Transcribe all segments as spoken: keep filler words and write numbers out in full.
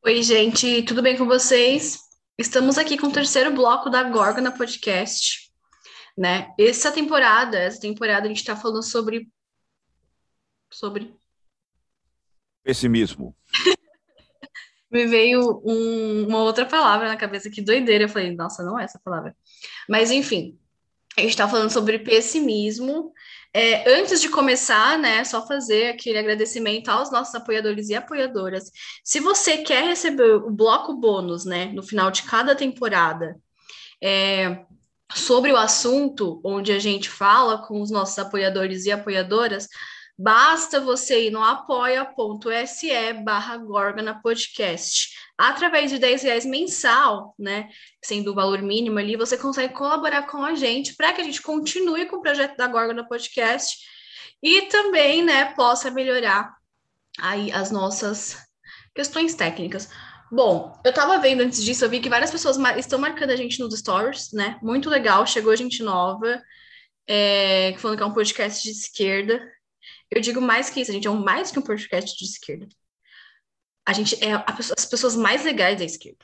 Oi, gente, tudo bem com vocês? Estamos aqui com o terceiro bloco da Górgona Podcast, né? Essa temporada, essa temporada a gente tá falando sobre, sobre... Pessimismo. Me veio um- uma outra palavra na cabeça, que doideira. Eu falei, nossa, não é essa palavra. Mas, enfim, a gente tá falando sobre pessimismo. É, antes de começar, né, só fazer aquele agradecimento aos nossos apoiadores e apoiadoras. Se você quer receber o bloco bônus, né, no final de cada temporada, é, sobre o assunto onde a gente fala com os nossos apoiadores e apoiadoras, basta você ir no apoia.se barra Gorgona Podcast. Através de dez reais mensal, né? Sendo o valor mínimo ali, você consegue colaborar com a gente para que a gente continue com o projeto da Gorgona Podcast e também, né, possa melhorar aí as nossas questões técnicas. Bom, eu tava vendo antes disso, eu vi que várias pessoas mar- estão marcando a gente nos stories, né? Muito legal, chegou gente nova, é, falando que é um podcast de esquerda. Eu digo mais que isso, a gente é um mais que um podcast de esquerda. A gente é a pessoa- as pessoas mais legais da esquerda.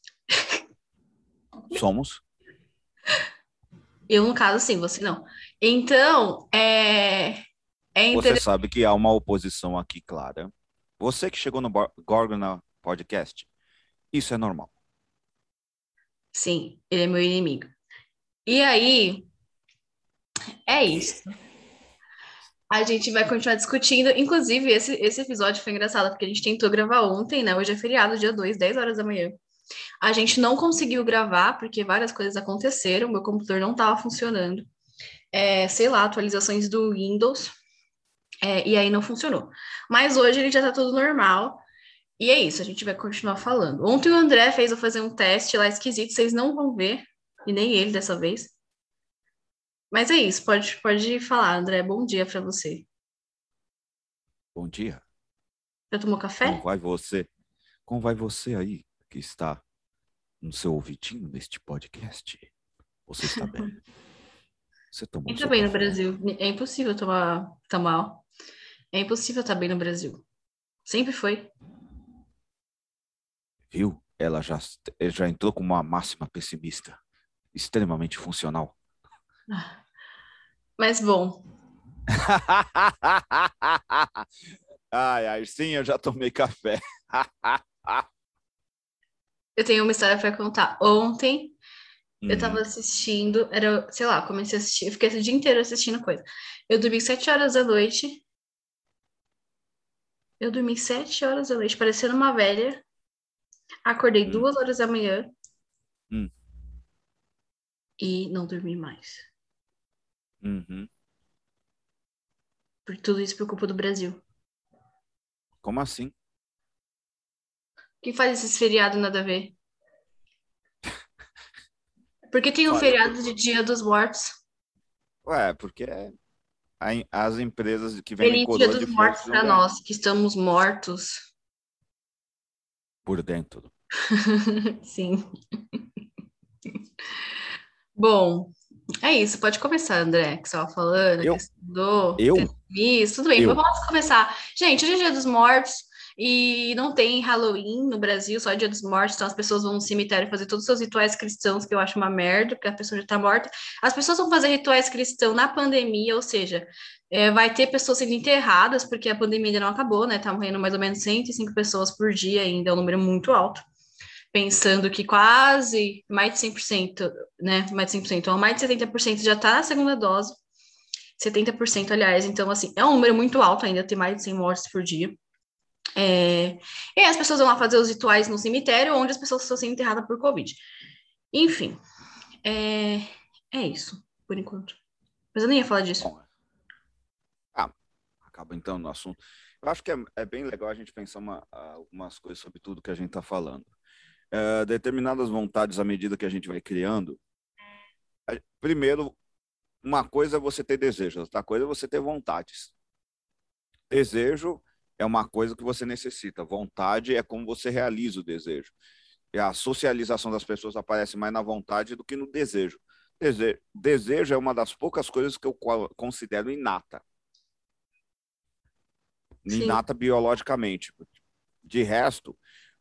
Somos. Eu, no caso, sim, você não. Então, é, é Você interessante. sabe que há uma oposição aqui clara. Você que chegou no Bar- Gorgona Podcast, isso é normal. Sim, ele é meu inimigo. E aí, é isso. A gente vai continuar discutindo. Inclusive, esse, esse episódio foi engraçado, porque a gente tentou gravar ontem, né? Hoje é feriado, dia dois, dez horas da manhã. A gente não conseguiu gravar, porque várias coisas aconteceram, meu computador não estava funcionando. É, sei lá, atualizações do Windows, é, e aí não funcionou. Mas hoje ele já tá tudo normal. E é isso, a gente vai continuar falando. Ontem o André fez eu fazer um teste lá esquisito, vocês não vão ver, e nem ele dessa vez. Mas é isso, pode, pode falar, André. Bom dia para você. Bom dia. Já tomou Como café? vai você? Como vai você aí que está no seu ouvidinho neste podcast? Você está bem? Você tomou Quem tá seu bem no café? Brasil? É impossível tomar, tá mal. É impossível estar bem no Brasil. Sempre foi. Viu? Ela já, já entrou com uma máxima pessimista, extremamente funcional. Mas bom, Ai, ai, sim, eu já tomei café. eu tenho uma história para contar. Ontem eu tava Hum, assistindo, era, sei lá, comecei a assistir, eu fiquei o dia inteiro assistindo coisa. Eu dormi sete horas da noite, eu dormi sete horas da noite, parecendo uma velha. Acordei hum, duas horas da manhã hum, e não dormi mais. uhum. Por tudo isso por culpa do Brasil. Como assim? Quem faz esses feriados nada a ver? Porque tem um Fale por feriado de favor. Dia dos Mortos. Ué, porque a- as empresas que vendem Feliz Dia coroa dos de flores Mortos precisam para ganhar nós, que estamos mortos. por dentro. Sim. Bom, é isso. Pode começar, André, que você estava falando, a Eu, questão do eu, isso, tudo bem, eu. vamos começar. Gente, hoje é Dia dos Mortos e não tem Halloween no Brasil, só é Dia dos Mortos, então as pessoas vão no cemitério fazer todos os seus rituais cristãos, que eu acho uma merda, porque a pessoa já está morta. As pessoas vão fazer rituais cristãos na pandemia, ou seja, é, vai ter pessoas sendo enterradas, porque a pandemia ainda não acabou, né? Tá morrendo mais ou menos cento e cinco pessoas por dia ainda, é um número muito alto, pensando que quase mais de cem por cento, né? Mais de cem por cento, ou mais de setenta por cento já está na segunda dose, setenta por cento, aliás. Então, assim, é um número muito alto ainda, ter mais de cem mortes por dia. É... E aí as pessoas vão lá fazer os rituais no cemitério, onde as pessoas estão sendo enterradas por Covid. Enfim, é, é isso, por enquanto. Mas eu nem ia falar disso. Bom, ah, acaba então no assunto. Eu acho que é, é bem legal a gente pensar uma, algumas coisas sobre tudo que a gente está falando. É, determinadas vontades, à medida que a gente vai criando, a- primeiro, uma coisa é você ter desejos, outra coisa é você ter vontades. Desejo é uma coisa que você necessita, vontade é como você realiza o desejo. E a socialização das pessoas aparece mais na vontade do que no desejo. Desejo, desejo é uma das poucas coisas que eu considero inata, Sim, inata biologicamente. De resto,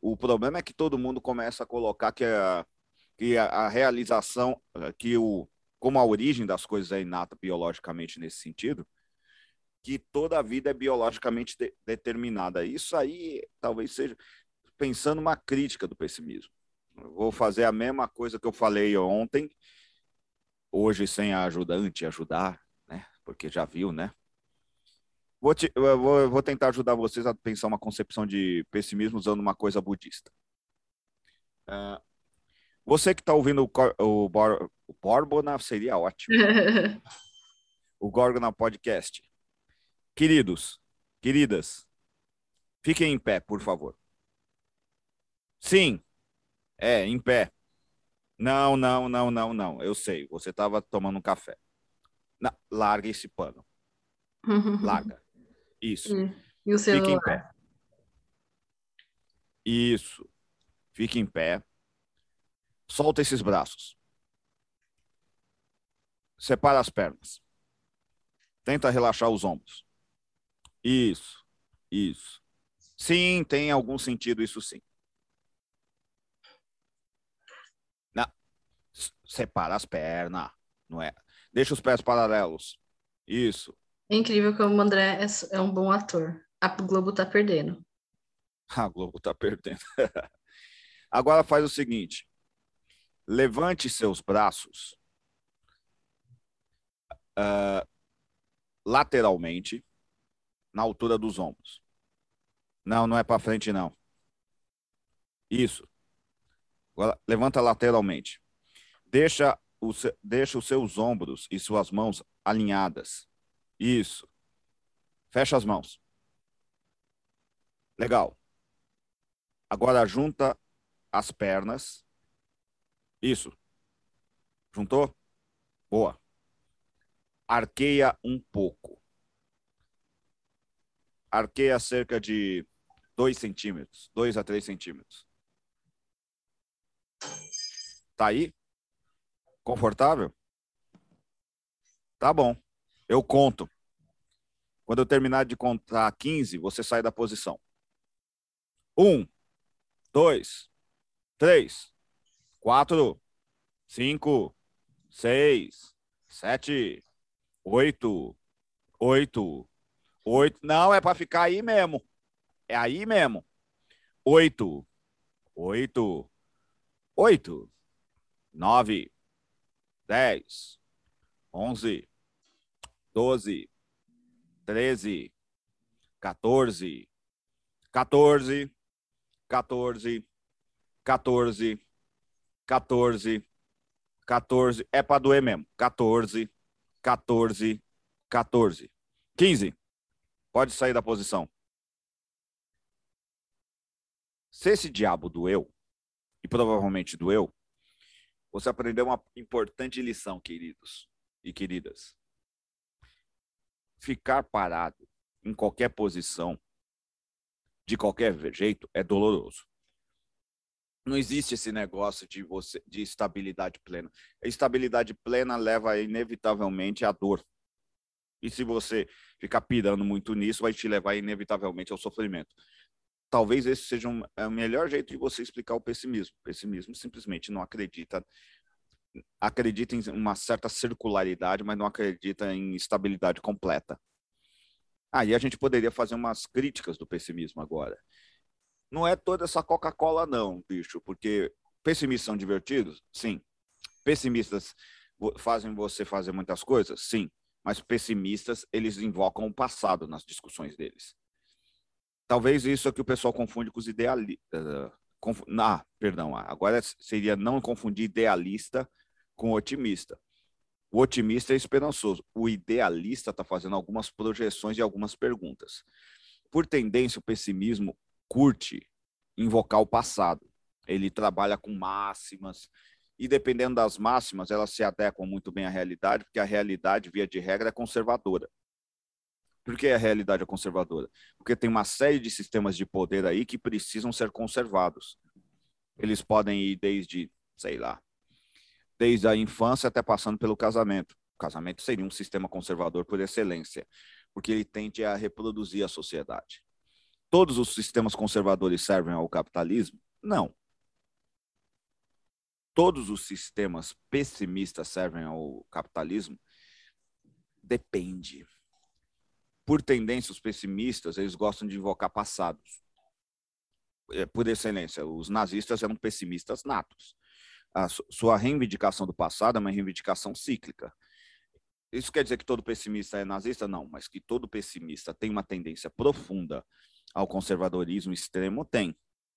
O problema é que todo mundo começa a colocar que a, que a, a realização, que o, como a origem das coisas é inata biologicamente nesse sentido, que toda a vida é biologicamente de, determinada. Isso aí talvez seja pensando uma crítica do pessimismo. Eu vou fazer a mesma coisa que eu falei ontem, hoje sem a ajudante ajudar, né? Porque já viu, né? Vou, te, eu vou, eu vou tentar ajudar vocês a pensar uma concepção de pessimismo usando uma coisa budista. Uh, você que está ouvindo o, o, Bor, o Borbona seria ótimo. O Gorgona Podcast. Queridos, queridas, fiquem em pé, por favor. Sim, é, em pé. Não, não, não, não, não. Eu sei, você estava tomando um café. Não, larga esse pano. Larga. Isso. E o Fique em pé. celular? Isso. Fique em pé. Solta esses braços. Separa as pernas. Tenta relaxar os ombros. Isso. Isso. Sim, tem algum sentido isso sim. Não. Separa as pernas. Não é? Deixa os pés paralelos. Isso. É incrível como o André é, é um bom ator. A Globo tá perdendo. A Globo tá perdendo. Agora faz o seguinte. Levante seus braços uh, lateralmente na altura dos ombros. Não, não é para frente, não. Isso. Agora, levanta lateralmente. Deixa, o, deixa os seus ombros e suas mãos alinhadas. Isso. Fecha as mãos. Legal. Agora junta as pernas. Isso. Juntou? Boa. Arqueia um pouco. Arqueia cerca de dois centímetros. dois a três centímetros. Tá aí? Confortável? Tá bom. Eu conto. Quando eu terminar de contar quinze, você sai da posição. Um, dois, três, quatro, cinco, seis, sete, oito, oito, oito. Não, é para ficar aí mesmo. É aí mesmo. Oito, oito, oito, nove, dez, onze, doze, treze, quatorze, quatorze, quatorze, quatorze, quatorze, quatorze. É para doer mesmo. quatorze, quatorze, quatorze. quinze. Pode sair da posição. Se esse diabo doeu, e provavelmente doeu, você aprendeu uma importante lição, queridos e queridas. Ficar parado em qualquer posição, de qualquer jeito, é doloroso. Não existe esse negócio de você de estabilidade plena. A estabilidade plena leva inevitavelmente à dor. E se você ficar pirando muito nisso, vai te levar inevitavelmente ao sofrimento. Talvez esse seja um, é o melhor jeito de você explicar o pessimismo. O pessimismo simplesmente não acredita, acredita em uma certa circularidade, mas não acredita em estabilidade completa. Aí ah, a gente poderia fazer umas críticas do pessimismo agora. Não é toda essa Coca-Cola não, bicho, porque pessimistas são divertidos? Sim. Pessimistas fazem você fazer muitas coisas? Sim. Mas pessimistas, eles invocam o passado nas discussões deles. Talvez isso é que o pessoal confunde com os idealistas. Uh, conf... Ah, perdão, agora seria não confundir idealista com otimista. O otimista é esperançoso. O idealista está fazendo algumas projeções e algumas perguntas. Por tendência, o pessimismo curte invocar o passado. Ele trabalha com máximas e, dependendo das máximas, elas se adequam muito bem à realidade, porque a realidade, via de regra, é conservadora. Por que a realidade é conservadora? Porque tem uma série de sistemas de poder aí que precisam ser conservados. Eles podem ir desde, sei lá, desde a infância até passando pelo casamento. O casamento seria um sistema conservador por excelência, porque ele tende a reproduzir a sociedade. todos os sistemas conservadores servem ao capitalismo? Não. Todos os sistemas pessimistas servem ao capitalismo? Depende. Por tendência, os pessimistas, eles gostam de invocar passados. Por excelência, os nazistas eram pessimistas natos. A sua reivindicação do passado é uma reivindicação cíclica. Isso quer dizer que todo pessimista é nazista? Não, mas que todo pessimista tem uma tendência profunda ao conservadorismo extremo, tem.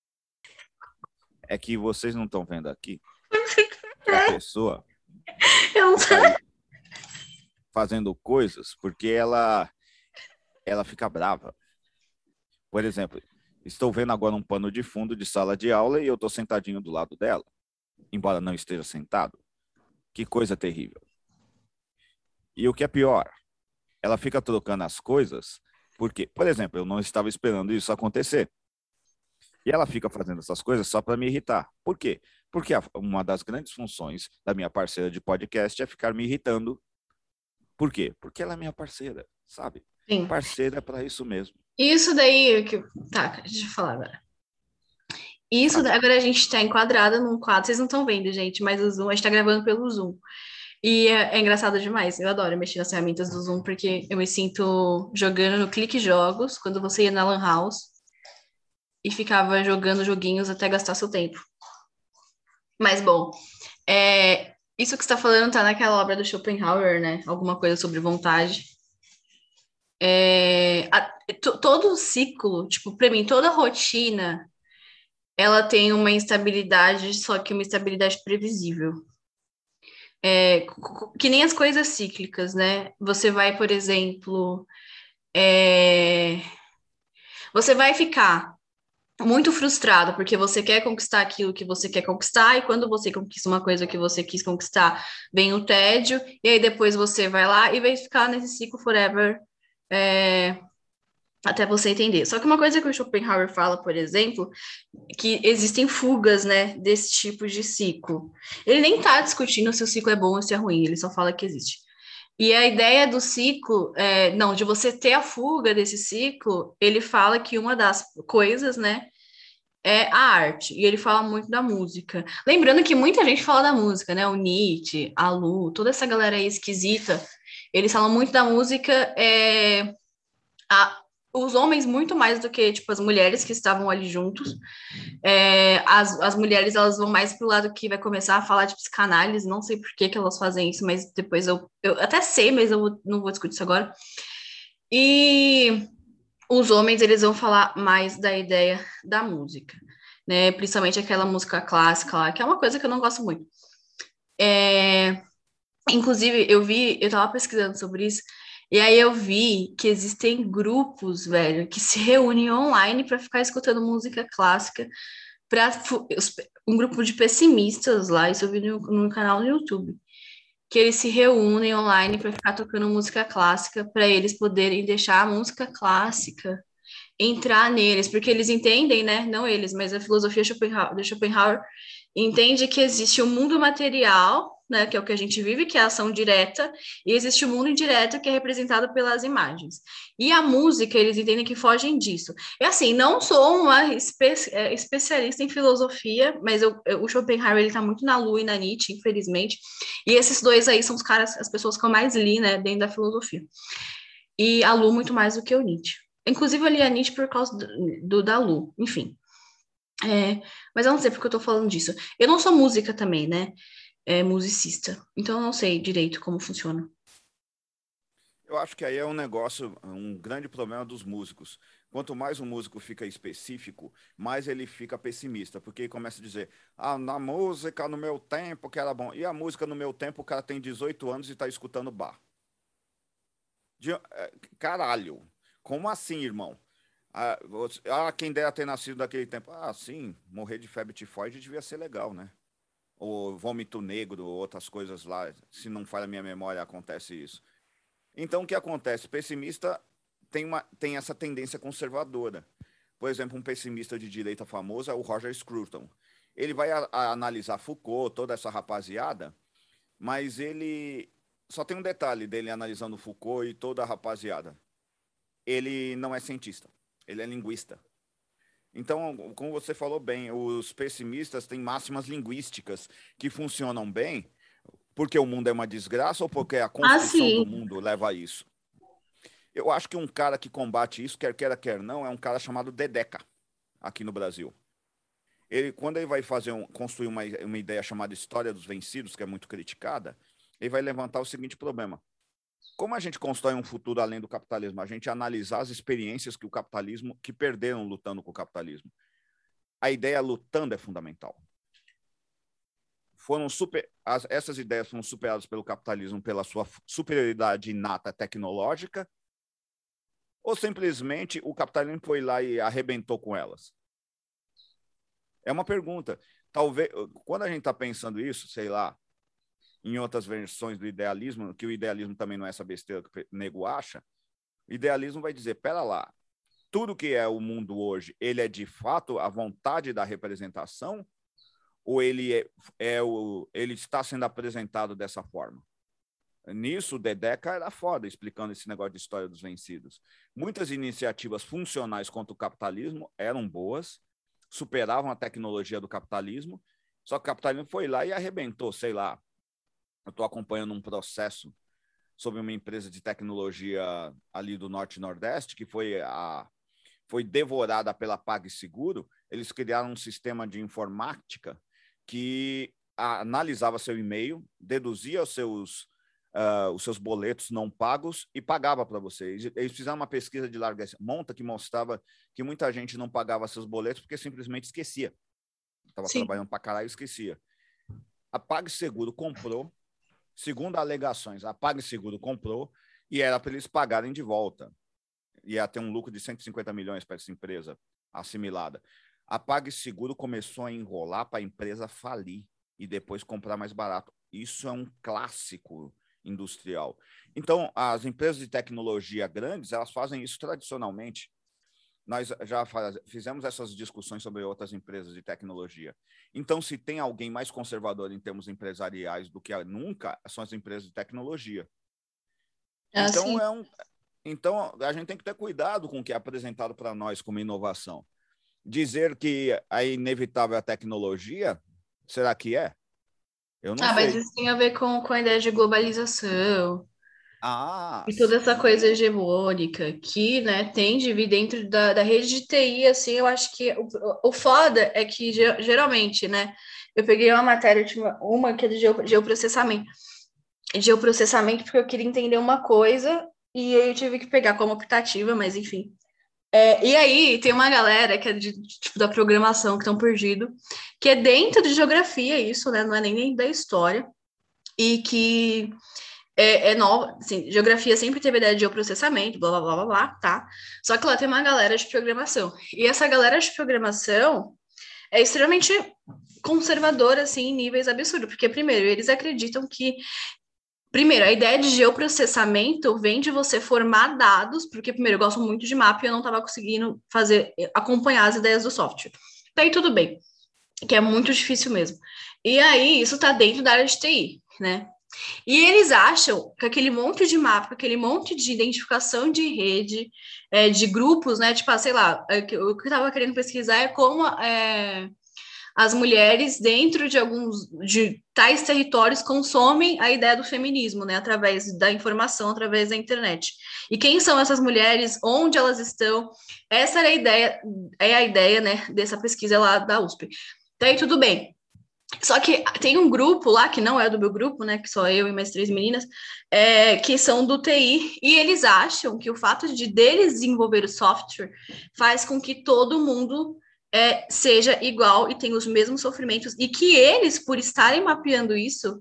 É que vocês não estão vendo aqui que a pessoa está fazendo coisas porque ela, ela fica brava. Por exemplo, estou vendo agora um pano de fundo de sala de aula e eu estou sentadinho do lado dela, embora não esteja sentado. Que coisa terrível. E o que é pior, ela fica trocando as coisas porque, por exemplo, eu não estava esperando isso acontecer. E ela fica fazendo essas coisas só para me irritar. Por quê? Porque uma das grandes funções da minha parceira de podcast é ficar me irritando. Por quê? Porque ela é minha parceira, sabe? Sim. Parceira é para isso mesmo. Isso daí que. Tá, deixa eu falar agora. Isso, daí, agora a gente está enquadrada num quadro. Vocês não estão vendo, gente, mas o Zoom, a gente está gravando pelo Zoom. E é, é engraçado demais. Eu adoro mexer nas ferramentas do Zoom, porque eu me sinto jogando no Clique Jogos, quando você ia na Lan House e ficava jogando joguinhos até gastar seu tempo. Mas, bom, é, isso que você está falando tá naquela obra do Schopenhauer, né? Alguma coisa sobre vontade. É, a, to, todo o ciclo, tipo, para mim, toda a rotina, ela tem uma instabilidade, só que uma instabilidade previsível. É, que nem as coisas cíclicas, né? Você vai, por exemplo, é, você vai ficar muito frustrado porque você quer conquistar aquilo que você quer conquistar, e quando você conquista uma coisa que você quis conquistar, vem o tédio, e aí depois você vai lá e vai ficar nesse ciclo forever, é, até você entender. Só que uma coisa que o Schopenhauer fala, por exemplo, que existem fugas, né, desse tipo de ciclo. Ele nem tá discutindo se o ciclo é bom ou se é ruim, ele só fala que existe. E a ideia do ciclo, é, não, de você ter a fuga desse ciclo, ele fala que uma das coisas, né, é a arte. E ele fala muito da música. Lembrando que muita gente fala da música, né, o Nietzsche, a Lu, toda essa galera aí esquisita, eles falam muito da música, é, a, os homens muito mais do que, tipo, as mulheres que estavam ali juntos. É, as, as mulheres, elas vão mais pro lado que vai começar a falar de psicanálise, não sei por que que elas fazem isso, mas depois eu, eu até sei, mas eu vou, não vou discutir isso agora. E os homens, eles vão falar mais da ideia da música, né? Principalmente aquela música clássica lá, que é uma coisa que eu não gosto muito. É, inclusive, eu vi, eu tava pesquisando sobre isso, e aí eu vi que existem grupos, velho, que se reúnem online para ficar escutando música clássica, para um grupo de pessimistas lá, isso eu vi no, no canal do YouTube, que eles se reúnem online para ficar tocando música clássica, para eles poderem deixar a música clássica entrar neles, porque eles entendem, né? Não eles, mas a filosofia Schopenhauer, de Schopenhauer entende que existe o mundo material, né, que é o que a gente vive, que é a ação direta, e existe o mundo indireto, que é representado pelas imagens. E a música, eles entendem que fogem disso. E assim, não sou uma espe especialista em filosofia, mas eu, eu, o Schopenhauer, ele tá muito na Lu e na Nietzsche, infelizmente, e esses dois aí são os caras, as pessoas que eu mais li, né, dentro da filosofia. E a Lu muito mais do que o Nietzsche. Inclusive, eu li a Nietzsche por causa do, do da Lu, enfim. É, mas eu não sei porque eu tô falando disso. Eu não sou música também, né? É musicista. Então eu não sei direito como funciona. Eu acho que aí é um negócio, um grande problema dos músicos. Quanto mais um músico fica específico, mais ele fica pessimista, porque ele começa a dizer, ah, na música no meu tempo que era bom. E a música no meu tempo, o cara tem dezoito anos e está escutando bar. De, é, caralho, como assim, irmão? Ah, você, ah, quem dera ter nascido naquele tempo. Ah, sim, morrer de febre tifoide devia ser legal, né? Ou vômito negro, outras coisas lá. Se não falha a minha memória, acontece isso. Então, o que acontece? O pessimista tem, uma, tem essa tendência conservadora. Por exemplo, um pessimista de direita famoso é o Roger Scruton. Ele vai a, a analisar Foucault, toda essa rapaziada, mas ele só tem um detalhe dele analisando Foucault e toda a rapaziada. Ele não é cientista. Ele é linguista. Então, como você falou bem, os pessimistas têm máximas linguísticas que funcionam bem porque o mundo é uma desgraça ou porque a Ah, construção do sim. mundo leva a isso. Eu acho que um cara que combate isso, quer queira, quer não, é um cara chamado Dedeca, aqui no Brasil. Ele, quando ele vai fazer um, construir uma, uma ideia chamada História dos Vencidos, que é muito criticada, ele vai levantar o seguinte problema. Como a gente constrói um futuro além do capitalismo? A gente analisar as experiências que o capitalismo, que perderam lutando com o capitalismo. A ideia lutando é fundamental. Foram super, as, essas ideias foram superadas pelo capitalismo pela sua superioridade inata tecnológica, ou simplesmente o capitalismo foi lá e arrebentou com elas? É uma pergunta. Talvez, quando a gente está pensando isso, sei lá, em outras versões do idealismo, que o idealismo também não é essa besteira que o nego acha, o idealismo vai dizer, pera lá, tudo que é o mundo hoje, ele é de fato a vontade da representação ou ele, é, é o, ele está sendo apresentado dessa forma? Nisso, o Dedeca era foda, explicando esse negócio de história dos vencidos. Muitas iniciativas funcionais contra o capitalismo eram boas, superavam a tecnologia do capitalismo, só que o capitalismo foi lá e arrebentou, sei lá. Eu estou acompanhando um processo sobre uma empresa de tecnologia ali do Norte e Nordeste, que foi, a, foi devorada pela PagSeguro. Eles criaram um sistema de informática que analisava seu e-mail, deduzia os seus, uh, os seus boletos não pagos e pagava para você. Eles fizeram uma pesquisa de larga monta que mostrava que muita gente não pagava seus boletos porque simplesmente esquecia. Estava trabalhando para caralho e esquecia. A PagSeguro comprou, segundo alegações, a PagSeguro comprou e era para eles pagarem de volta. Ia ter um lucro de cento e cinquenta milhões para essa empresa assimilada. A PagSeguro começou a enrolar para a empresa falir e depois comprar mais barato. Isso é um clássico industrial. Então, as empresas de tecnologia grandes, elas fazem isso tradicionalmente. Nós já faz, fizemos essas discussões sobre outras empresas de tecnologia. Então, se tem alguém mais conservador em termos empresariais do que nunca, são as empresas de tecnologia. Ah, então, sim. é um, então, a gente tem que ter cuidado com o que é apresentado para nós como inovação. Dizer que é inevitável a tecnologia, será que é? Eu não Ah, mas sei. isso tem a ver com, com a ideia de globalização Ah, e toda essa coisa sim. hegemônica que, né, tem de vir dentro da, da rede de T I, assim, eu acho que o, o foda é que ge- geralmente, né, eu peguei uma matéria, uma, uma que é de geo- geoprocessamento, geoprocessamento porque eu queria entender uma coisa e aí eu tive que pegar como optativa, mas enfim. É, e aí tem uma galera que é de, tipo, da programação que estão perdido, que é dentro de geografia isso, né, não é nem, nem da história, e que é, é nova, assim, geografia sempre teve ideia de geoprocessamento, blá, blá, blá, blá, blá, tá? Só que lá tem uma galera de programação. E essa galera de programação é extremamente conservadora, assim, em níveis absurdos. Porque, primeiro, eles acreditam que... Primeiro, a ideia de geoprocessamento vem de você formar dados, porque, primeiro, eu gosto muito de mapa e eu não estava conseguindo fazer, acompanhar as ideias do software. Daí tudo bem, que é muito difícil mesmo. E aí, isso está dentro da área de T I, né? E eles acham que aquele monte de mapa, aquele monte de identificação de rede, é, de grupos, né? Tipo, ah, sei lá, é, o que eu estava querendo pesquisar é como é, as mulheres, dentro de alguns de tais territórios, consomem a ideia do feminismo, né? Através da informação, através da internet. E quem são essas mulheres, onde elas estão? Essa era a ideia, é a ideia, né, dessa pesquisa lá da U S P. Daí tudo bem. Só que tem um grupo lá, que não é do meu grupo, né? Que só eu e mais três meninas, é, que são do T I, e eles acham que o fato de deles desenvolver o software faz com que todo mundo é, seja igual e tenha os mesmos sofrimentos, e que eles, por estarem mapeando isso,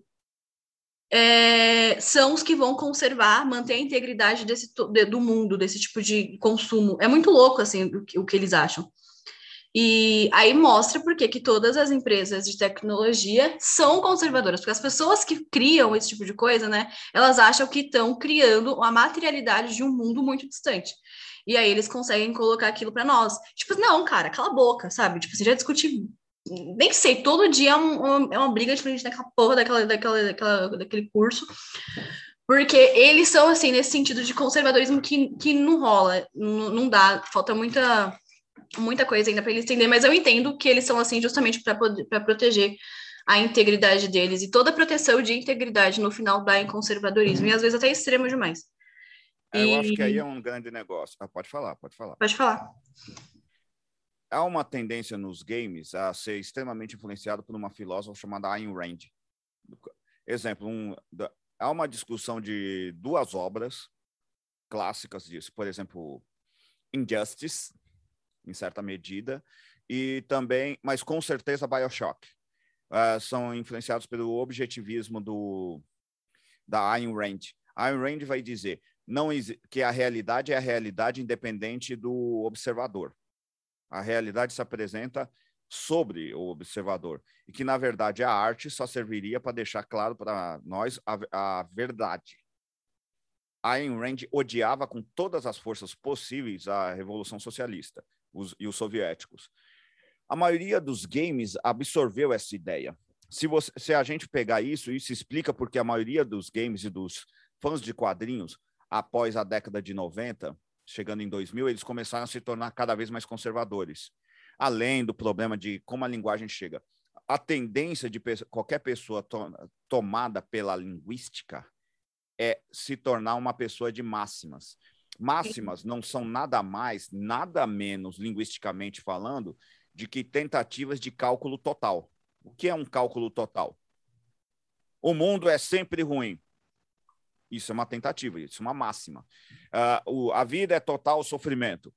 é, são os que vão conservar, manter a integridade desse, do mundo, desse tipo de consumo. É muito louco, assim, o que, o que eles acham. E aí mostra por que todas as empresas de tecnologia são conservadoras, porque as pessoas que criam esse tipo de coisa, né, elas acham que estão criando a materialidade de um mundo muito distante. E aí eles conseguem colocar aquilo para nós. Tipo, não, cara, cala a boca, sabe? Tipo, você já discute, nem sei, todo dia é, um, é uma briga diferente daquela porra daquela, daquela, daquela, daquele curso. Porque eles são, assim, nesse sentido de conservadorismo que, que não rola, não, não dá, falta muita, muita coisa ainda para eles entender, mas eu entendo que eles são assim justamente para proteger a integridade deles, e toda proteção de integridade no final dá em conservadorismo, e às vezes até extremo demais. É, eu acho que aí E é um grande negócio. Ah, pode falar, pode falar. pode falar. Há uma tendência nos games a ser extremamente influenciado por uma filósofa chamada Ayn Rand. Exemplo, um, da, há uma discussão de duas obras clássicas disso, por exemplo, Injustice, em certa medida, e também, mas com certeza BioShock. Uh, são influenciados pelo objetivismo do, da Ayn Rand. A Ayn Rand vai dizer não, que a realidade é a realidade independente do observador. A realidade se apresenta sobre o observador e que, na verdade, a arte só serviria para deixar claro para nós a, a verdade. A Ayn Rand odiava com todas as forças possíveis a Revolução Socialista os, e os soviéticos. A maioria dos games absorveu essa ideia. Se, você, se a gente pegar isso, isso explica porque a maioria dos games e dos fãs de quadrinhos, após a década de noventa, chegando em dois mil, eles começaram a se tornar cada vez mais conservadores. Além do problema de como a linguagem chega. A tendência de qualquer pessoa to tomada pela linguística é se tornar uma pessoa de máximas. Máximas não são nada mais, nada menos, linguisticamente falando, de que tentativas de cálculo total. O que é um cálculo total? O mundo é sempre ruim. Isso é uma tentativa, isso é uma máxima. Uh, o, a vida é total sofrimento.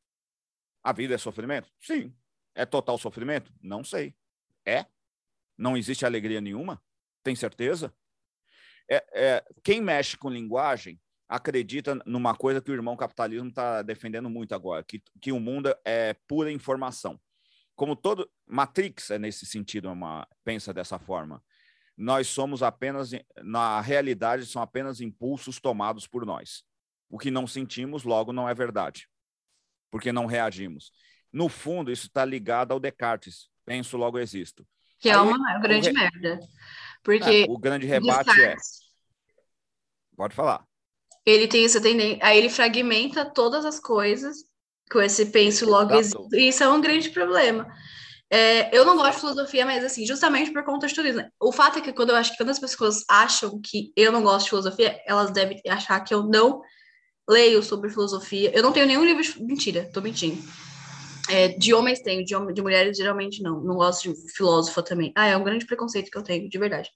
A vida é sofrimento? Sim. É total sofrimento? Não sei. É? Não existe alegria nenhuma? Tem certeza? É, é, quem mexe com linguagem acredita numa coisa que o irmão capitalismo está defendendo muito agora, que, que o mundo é pura informação. Como todo... Matrix é nesse sentido, uma, pensa dessa forma. Nós somos apenas... Na realidade, são apenas impulsos tomados por nós. O que não sentimos, logo, não é verdade. Porque não reagimos. No fundo, isso está ligado ao Descartes. Penso, logo existo. Que é uma grande re... merda. Porque é, o grande rebate Descartes, é... Pode falar. Ele tem essa tendência... Aí ele fragmenta todas as coisas com esse penso, logo existo. E isso é um grande problema. É, eu não gosto de filosofia, mas assim, justamente por conta de tudo isso, né? O fato é que quando eu acho que quando as pessoas acham que eu não gosto de filosofia, elas devem achar que eu não leio sobre filosofia. Eu não tenho nenhum livro de... Mentira, tô mentindo. É, de homens tenho, de, hom... de mulheres geralmente não. Não gosto de filósofa também. Ah, é um grande preconceito que eu tenho, de verdade.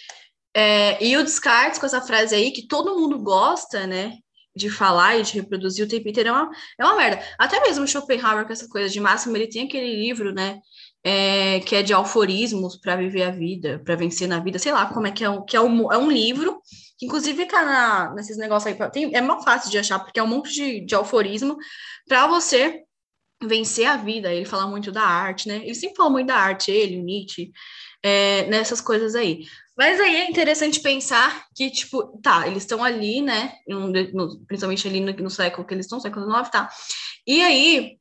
É, e o Descartes, com essa frase aí, que todo mundo gosta, né, de falar e de reproduzir o tempo inteiro, é uma, é uma merda. Até mesmo o Schopenhauer, com essa coisa de máxima, ele tem aquele livro, né, é, que é de aforismos para viver a vida, para vencer na vida, sei lá como é que é, um, que é, um, é um livro, que inclusive fica na, nesses negócios aí, tem, é muito fácil de achar, porque é um monte de, de aforismo para você vencer a vida. Ele fala muito da arte, né, ele sempre fala muito da arte, ele, o Nietzsche, é, nessas coisas aí. Mas aí é interessante pensar que, tipo, tá, eles estão ali, né, no, no, principalmente ali no, no século que eles estão, século nove, tá, e aí,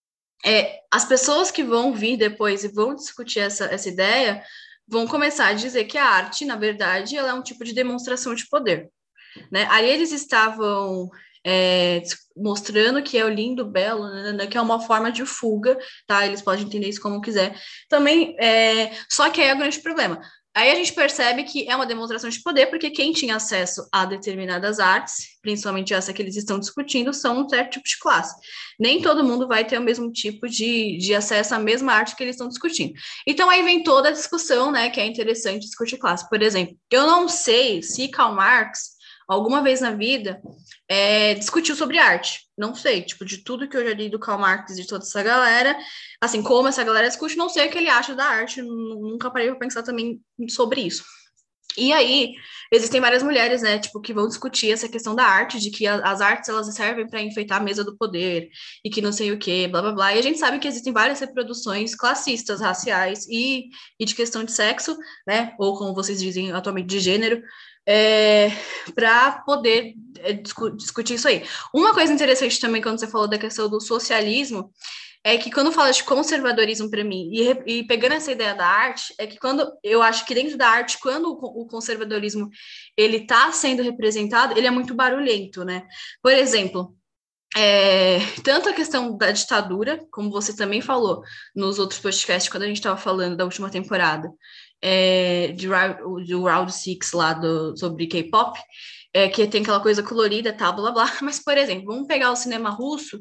é, as pessoas que vão vir depois e vão discutir essa, essa ideia, vão começar a dizer que a arte, na verdade, ela é um tipo de demonstração de poder, né, aí eles estavam... É, mostrando que é o lindo, belo, né, que é uma forma de fuga, tá? Eles podem entender isso como quiser. Também, é, só que aí é o grande problema. Aí a gente percebe que é uma demonstração de poder, porque quem tinha acesso a determinadas artes, principalmente essa que eles estão discutindo, são um certo tipo de classe. Nem todo mundo vai ter o mesmo tipo de, de acesso à mesma arte que eles estão discutindo. Então aí vem toda a discussão, né, que é interessante discutir classe. Por exemplo, eu não sei se Karl Marx alguma vez na vida, é, discutiu sobre arte. Não sei, tipo, de tudo que eu já li do Karl Marx e de toda essa galera, assim, como essa galera discute, não sei o que ele acha da arte, nunca parei para pensar também sobre isso. E aí, existem várias mulheres, né, tipo, que vão discutir essa questão da arte, de que a, as artes, elas servem para enfeitar a mesa do poder, e que não sei o que, blá, blá, blá. E a gente sabe que existem várias reproduções classistas, raciais e, e de questão de sexo, né, ou como vocês dizem atualmente, de gênero, é, para poder é, discu discutir isso aí. Uma coisa interessante também, quando você falou da questão do socialismo, é que quando fala de conservadorismo para mim, e, e, pegando essa ideia da arte, é que quando eu acho que dentro da arte, quando o, o conservadorismo ele está sendo representado, ele é muito barulhento, né? Por exemplo, é, tanto a questão da ditadura, como você também falou nos outros podcasts, quando a gente estava falando da última temporada, é, de, do Round Six lá do, sobre K-pop, é, que tem aquela coisa colorida, tal, blá, blá, blá. Mas, por exemplo, vamos pegar o cinema russo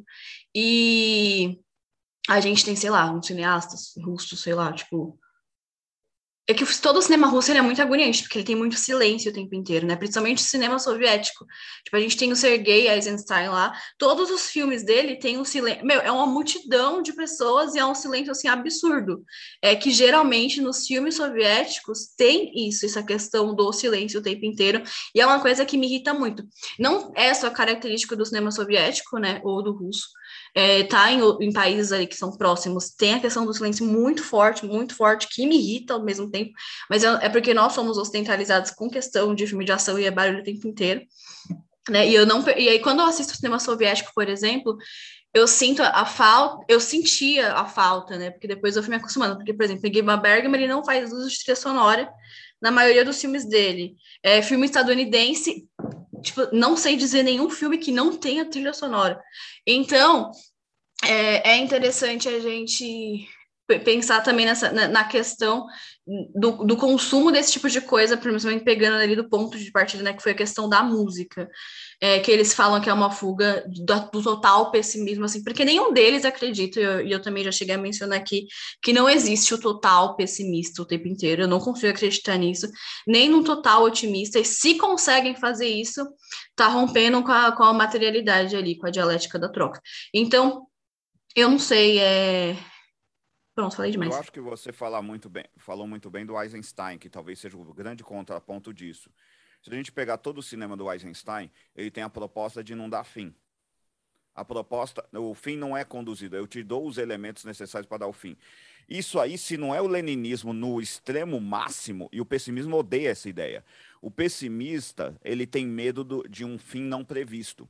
e a gente tem, sei lá, uns cineastas russos, sei lá, tipo. É que todo o cinema russo ele é muito agoniante, porque ele tem muito silêncio o tempo inteiro, né? Principalmente o cinema soviético. Tipo, a gente tem o Sergei Eisenstein lá, todos os filmes dele têm um silêncio. Meu, é uma multidão de pessoas e é um silêncio assim absurdo. É que geralmente nos filmes soviéticos tem isso, essa questão do silêncio o tempo inteiro, e é uma coisa que me irrita muito. Não é só característica do cinema soviético, né? Ou do russo. É, tá em, em países ali que são próximos, tem a questão do silêncio muito forte, muito forte, que me irrita ao mesmo tempo, mas é, é porque nós somos ocidentalizados com questão de filme de ação e é barulho o tempo inteiro, né? E eu não, e aí quando eu assisto cinema soviético, por exemplo, eu sinto a falta, eu sentia a falta, né? Porque depois eu fui me acostumando, porque por exemplo, Ingmar Bergman ele não faz uso de trilha sonora na maioria dos filmes dele. É, filme estadunidense, tipo, não sei dizer nenhum filme que não tenha trilha sonora. Então, é, é interessante a gente pensar também nessa, na, na questão do, do, consumo desse tipo de coisa, principalmente pegando ali do ponto de partida, né, que foi a questão da música, é, que eles falam que é uma fuga do, do total pessimismo, assim, porque nenhum deles acredita, e eu, eu também já cheguei a mencionar aqui, que não existe o total pessimista o tempo inteiro, eu não consigo acreditar nisso, nem no total otimista, e se conseguem fazer isso, tá rompendo com a, com a materialidade ali, com a dialética da troca. Então, eu não sei, é... Pronto, falei Eu demais. acho que você fala muito bem, falou muito bem do Eisenstein, que talvez seja o grande contraponto disso. Se a gente pegar todo o cinema do Eisenstein, ele tem a proposta de não dar fim. A proposta, o fim não é conduzido, eu te dou os elementos necessários para dar o fim. Isso aí, se não é o leninismo no extremo máximo, e o pessimismo odeia essa ideia. O pessimista, ele tem medo do, de um fim não previsto.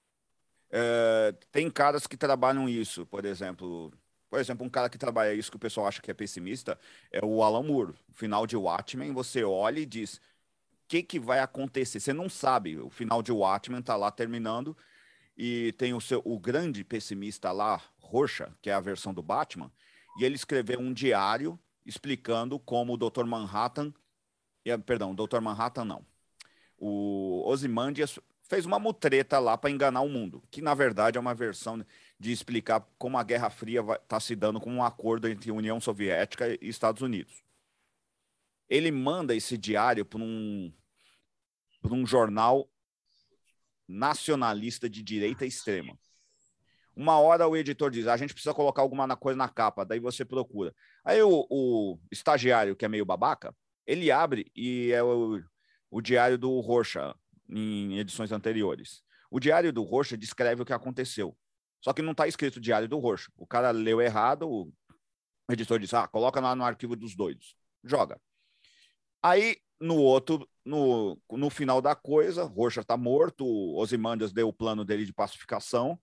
É, tem caras que trabalham isso, por exemplo, por exemplo, um cara que trabalha isso que o pessoal acha que é pessimista é o Alan Moore. No final de Watchmen, você olha e diz: o que, que vai acontecer? Você não sabe. O final de Watchmen está lá terminando e tem o seu o grande pessimista lá, Rorschach, que é a versão do Batman, e ele escreveu um diário explicando como o doutor Manhattan, perdão, o doutor Manhattan não, o Ozymandias fez uma mutreta lá para enganar o mundo, que na verdade é uma versão de explicar como a Guerra Fria está se dando com um acordo entre a União Soviética e Estados Unidos. Ele manda esse diário para um, para um jornal nacionalista de direita extrema. Uma hora o editor diz: a gente precisa colocar alguma coisa na capa, daí você procura. Aí o, o estagiário, que é meio babaca, ele abre e é o, o diário do Rorschach, em edições anteriores. O diário do Rorschach descreve o que aconteceu. Só que não está escrito diário do Rorschach. O cara leu errado, o editor disse: ah, coloca lá no arquivo dos doidos. Joga. Aí, no outro, no, no final da coisa, Rorschach está morto, o Ozymandias deu o plano dele de pacificação,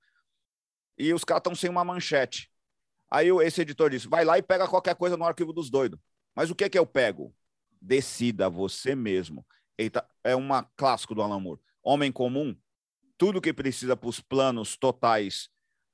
e os caras estão sem uma manchete. Aí esse editor disse: vai lá e pega qualquer coisa no arquivo dos doidos. Mas o que que eu pego? Decida você mesmo. Eita, é um clássico do Alan Moore. Homem comum, tudo que precisa para os planos totais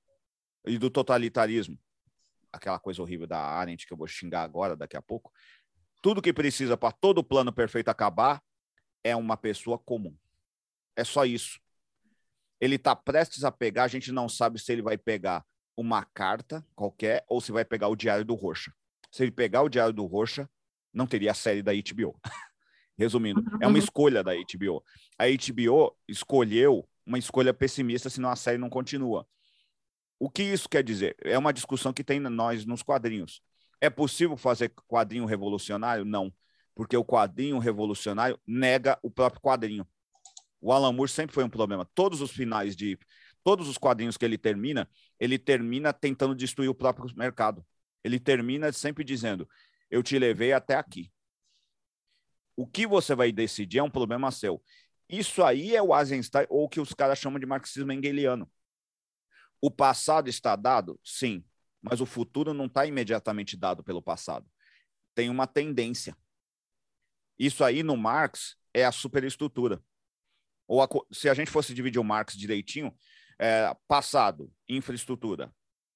e do totalitarismo, aquela coisa horrível da Arendt que eu vou xingar agora, daqui a pouco, tudo que precisa para todo o plano perfeito acabar é uma pessoa comum. É só isso. Ele está prestes a pegar, a gente não sabe se ele vai pegar uma carta qualquer ou se vai pegar o diário do Rorschach. Se ele pegar o diário do Rorschach, não teria a série da H B O. Resumindo, é uma escolha da H B O. A H B O escolheu uma escolha pessimista, senão a série não continua. O que isso quer dizer? É uma discussão que tem nós nos quadrinhos. É possível fazer quadrinho revolucionário? Não, porque o quadrinho revolucionário nega o próprio quadrinho. O Alan Moore sempre foi um problema. Todos os finais de... Todos os quadrinhos que ele termina, ele termina tentando destruir o próprio mercado. Ele termina sempre dizendo: eu te levei até aqui. O que você vai decidir é um problema seu. Isso aí é o Eisenstein, ou o que os caras chamam de marxismo hegeliano. O passado está dado? Sim, mas o futuro não está imediatamente dado pelo passado. Tem uma tendência. Isso aí, no Marx, é a superestrutura. Ou a, se a gente fosse dividir o Marx direitinho, é, passado, infraestrutura.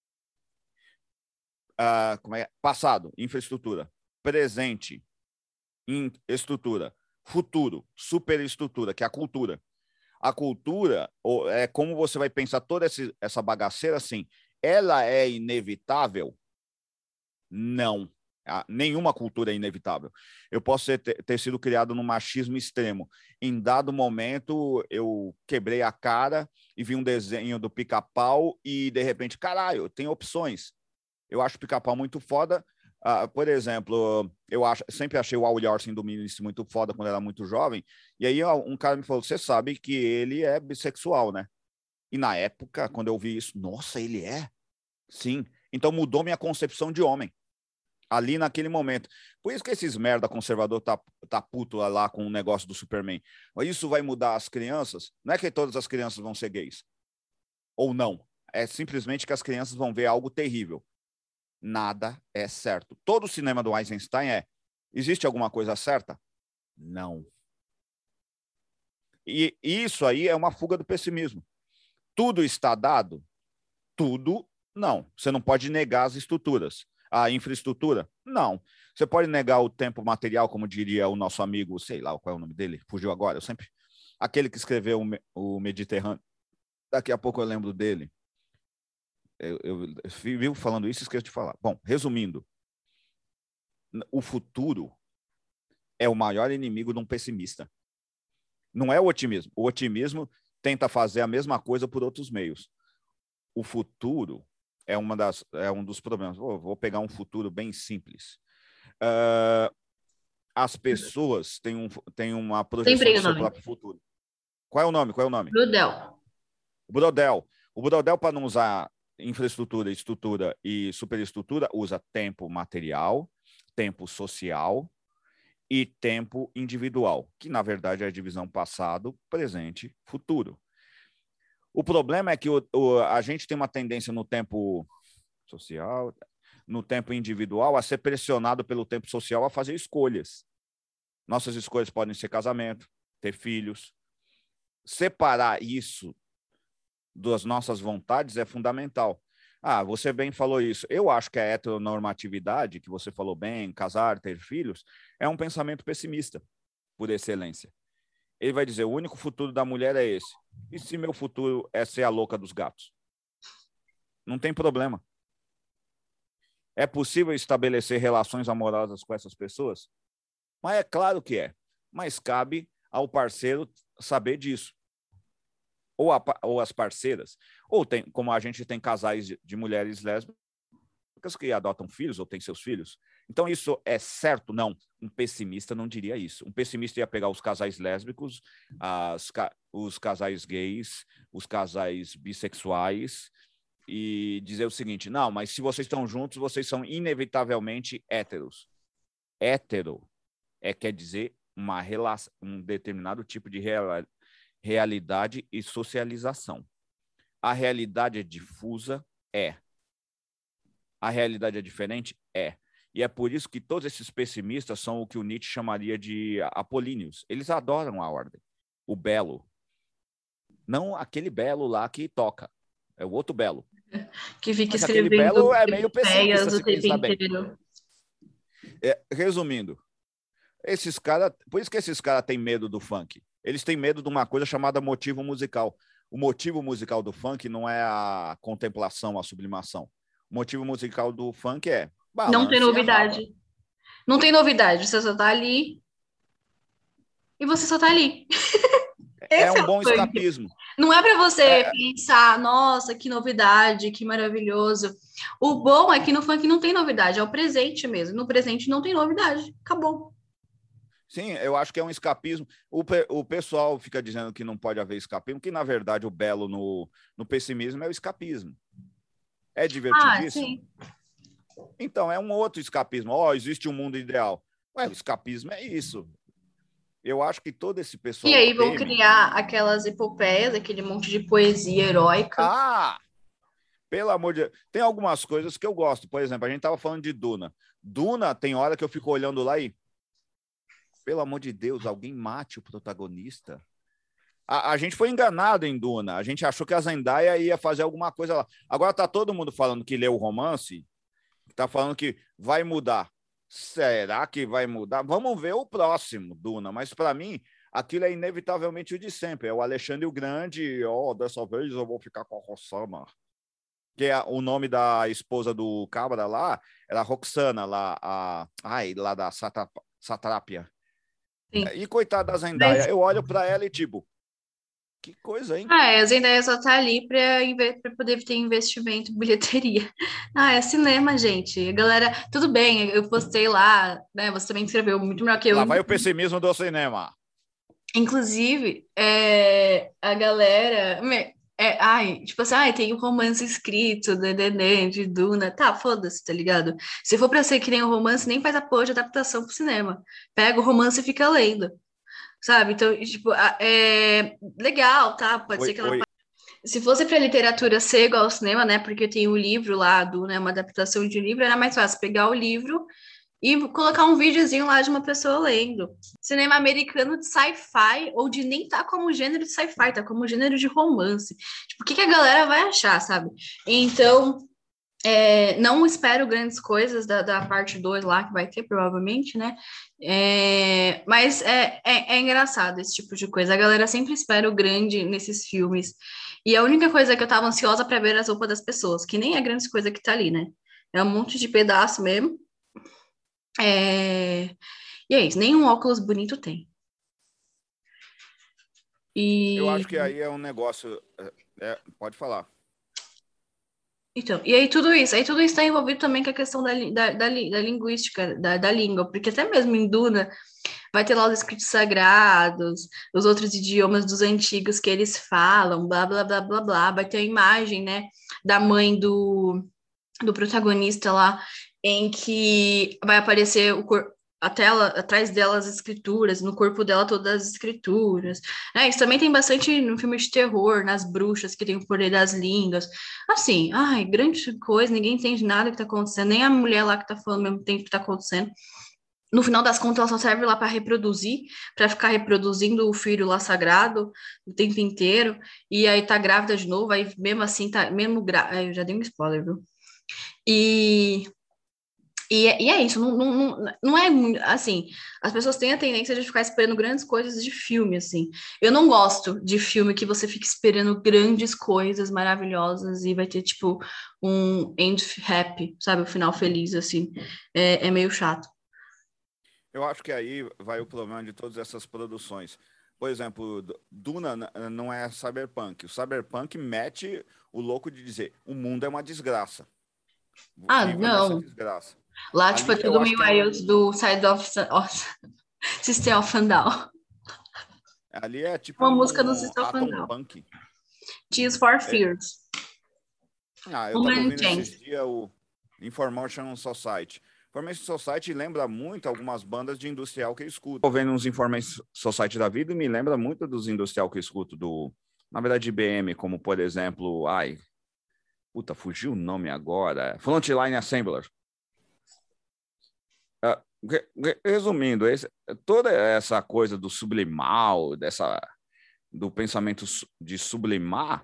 Uh, como é? Passado, infraestrutura. Presente, in, estrutura. Futuro, superestrutura, que é a cultura. A cultura é como você vai pensar toda essa bagaceira assim. Ela é inevitável? Não. Nenhuma cultura é inevitável. Eu posso ter, ter sido criado num machismo extremo. Em dado momento, eu quebrei a cara e vi um desenho do Pica-Pau e, de repente, caralho, tem opções. Eu acho o Pica-Pau muito foda. Uh, por exemplo, eu acho, sempre achei o Al Yorsin do Ministro muito foda quando era muito jovem. E aí um cara me falou, você sabe que ele é bissexual, né? E na época, quando eu vi isso, nossa, ele é? Sim. Então mudou minha concepção de homem. Ali naquele momento. Por isso que esses merda conservador tá, tá puto lá com o negócio do Superman. Mas isso vai mudar as crianças? Não é que todas as crianças vão ser gays. Ou não. É simplesmente que as crianças vão ver algo terrível. Nada é certo. Todo o cinema do Eisenstein é: existe alguma coisa certa? Não. E isso aí é uma fuga do pessimismo. Tudo está dado? Tudo, não. Você não pode negar as estruturas. A infraestrutura? Não. Você pode negar o tempo material, como diria o nosso amigo, sei lá qual é o nome dele, fugiu agora, eu sempre... Aquele que escreveu o Mediterrâneo. Daqui a pouco eu lembro dele. Eu, eu, eu vivo falando isso e esqueço de falar. Bom, resumindo, o futuro é o maior inimigo de um pessimista. Não é o otimismo. O otimismo tenta fazer a mesma coisa por outros meios. O futuro é, uma das, é um dos problemas. Vou, vou pegar um futuro bem simples. Uh, as pessoas têm, um, têm uma projeção do seu próprio futuro. Qual é o nome? Qual é o nome? Brodel. O Brodel. O Brodel, para não usar infraestrutura, estrutura e superestrutura, usa tempo material, tempo social e tempo individual, que na verdade é a divisão passado, presente, futuro. O problema é que o, o, a gente tem uma tendência no tempo social, no tempo individual, a ser pressionado pelo tempo social a fazer escolhas. Nossas escolhas podem ser casamento, ter filhos. Separar isso das nossas vontades é fundamental. Ah, você bem falou isso. Eu acho que a heteronormatividade, que você falou bem, casar, ter filhos, é um pensamento pessimista, por excelência. Ele vai dizer, o único futuro da mulher é esse. E se meu futuro é ser a louca dos gatos? Não tem problema. É possível estabelecer relações amorosas com essas pessoas? Mas é claro que é. Mas cabe ao parceiro saber disso. Ou, a, ou as parceiras. Ou tem, como a gente tem casais de, de mulheres lésbicas que adotam filhos ou têm seus filhos. Então, isso é certo? Não. Um pessimista não diria isso. Um pessimista ia pegar os casais lésbicos, as, os casais gays, os casais bissexuais e dizer o seguinte, não, mas se vocês estão juntos, vocês são inevitavelmente héteros. Hétero é, quer dizer uma relação, um determinado tipo de real, realidade e socialização. A realidade é difusa? É. A realidade é diferente? É. E é por isso que todos esses pessimistas são o que o Nietzsche chamaria de apolíneos. Eles adoram a ordem, o belo. Não aquele belo lá que toca, é o outro belo. Que fica Mas escrevendo aquele belo é meio pessimista, o se tempo pensar bem. inteiro. É, resumindo, esses caras, por isso que esses caras têm medo do funk. Eles têm medo de uma coisa chamada motivo musical. O motivo musical do funk não é a contemplação, a sublimação. O motivo musical do funk é Não tem balance a raba. novidade. Não tem novidade. Você só tá ali e você só tá ali. É Esse um é o bom funk. escapismo. Não é para você É, pensar, nossa, que novidade, que maravilhoso. O bom é que no funk não tem novidade, é o presente mesmo. No presente não tem novidade. Acabou. sim, eu acho que é um escapismo. O, pe- o pessoal fica dizendo que não pode haver escapismo, que na verdade o belo no, no pessimismo é o escapismo. É Ah, divertidíssimo? sim. Então, é um outro escapismo. Ó, oh, existe um mundo ideal. Ué, o escapismo é isso. Eu acho que todo esse E pessoal aí vão teme. criar aquelas epopeias, aquele monte de poesia heróica. Ah, pelo amor de Deus. Tem algumas coisas que eu gosto. Por exemplo, a gente tava falando de Duna. Duna tem hora que eu fico olhando lá e, pelo amor de Deus, alguém mate o protagonista. A, a gente foi enganado em Duna. A gente achou que a Zendaya ia fazer alguma coisa lá. Agora tá todo mundo falando que leu o romance, tá falando que vai mudar. Será que vai mudar? Vamos ver o próximo, Duna. Mas para mim, aquilo é inevitavelmente o de sempre. É o Alexandre o Grande. Oh, dessa vez eu vou ficar com a Rossana. Que é o nome da esposa do cabra lá, era Roxana, lá, a, ai, lá da Satrapia. Sim. E coitada da Mas, Zendaya, eu olho para ela e tipo, que coisa, hein? ah, é, a Zendaya só tá ali pra, pra poder ter investimento, bilheteria. Ah, é cinema, gente. A galera, tudo bem, eu postei lá, né? Você também escreveu muito melhor que eu. Lá vai o pessimismo do cinema. Inclusive, é, a galera. me- É, ai, tipo assim, ai, tem um romance escrito, de, de, de, de Duna. Tá, foda-se, tá ligado? Se for pra ser que nem um romance, nem faz a porra de adaptação pro cinema. Pega o romance e fica lendo, sabe? Então, tipo, a- é legal, tá? Pode Oi, ser que ela. oi. Se fosse pra literatura ser igual ao cinema, né? Porque tem o livro lá, Duna, é uma adaptação de livro, era mais fácil pegar o livro e colocar um videozinho lá de uma pessoa lendo. Cinema americano de sci-fi, ou de nem tá como gênero de sci-fi, tá como gênero de romance. Tipo, o que, que a galera vai achar, sabe? Então, é, não espero grandes coisas da, da parte dois lá, que vai ter, provavelmente, né? É, mas é, é, é engraçado esse tipo de coisa. A galera sempre espera o grande nesses filmes. E a única coisa que eu tava ansiosa para ver as roupas das pessoas, que nem é grande coisa que tá ali, né? É um monte de pedaço mesmo. É, e é isso, nenhum óculos bonito tem. Eu E acho que aí é um negócio. É, é, pode falar. então, e aí tudo isso, aí tudo isso está envolvido também com a questão da, li- da, da, li- da linguística, da, da língua, porque até mesmo em Duna vai ter lá os escritos sagrados, os outros idiomas dos antigos que eles falam, blá, blá, blá, blá, blá. Vai ter a imagem, né, da mãe do, do protagonista lá, em que vai aparecer o corpo. A tela, atrás dela as escrituras, no corpo dela todas as escrituras. Né? Isso também tem bastante no filme de terror, nas bruxas que tem o poder das línguas. Assim, ai, grande coisa, ninguém entende nada que tá acontecendo, nem a mulher lá que tá falando mesmo tempo que tá acontecendo. No final das contas, ela só serve lá para reproduzir, para ficar reproduzindo o filho lá sagrado o tempo inteiro, e aí tá grávida de novo, aí mesmo assim tá, mesmo gra... eu já dei um spoiler, viu? E, e, é, e é isso, não, não, não, não é muito, assim, as pessoas têm a tendência de ficar esperando grandes coisas de filme, assim. Eu não gosto de filme que você fica esperando grandes coisas maravilhosas e vai ter, tipo, um end happy, sabe? Um final feliz, assim. É, é meio chato. Eu acho que aí vai o problema de todas essas produções. Por exemplo, Duna não é cyberpunk. O cyberpunk mete o louco de dizer o mundo é uma desgraça. Ah, Viva nessa não. desgraça. Lá, tipo, é Ali eu tudo acho meio que é iOS um. do Side of, of System of a Down. Ali é tipo Uma música do um System of a Atom Down. Punk. Tears for É, Fears. ah, eu tava Human ouvindo Change. esses dias o Information Society. Information Society lembra muito algumas bandas de industrial que eu escuto. Tô vendo uns Information Society da vida e me lembra muito dos industrial que eu escuto do, na verdade, I B M, como por exemplo, ai, puta, fugiu o nome agora. Frontline Assembler. Ah, re- re- resumindo, esse- toda essa coisa do sublimal, dessa do pensamento su- de sublimar,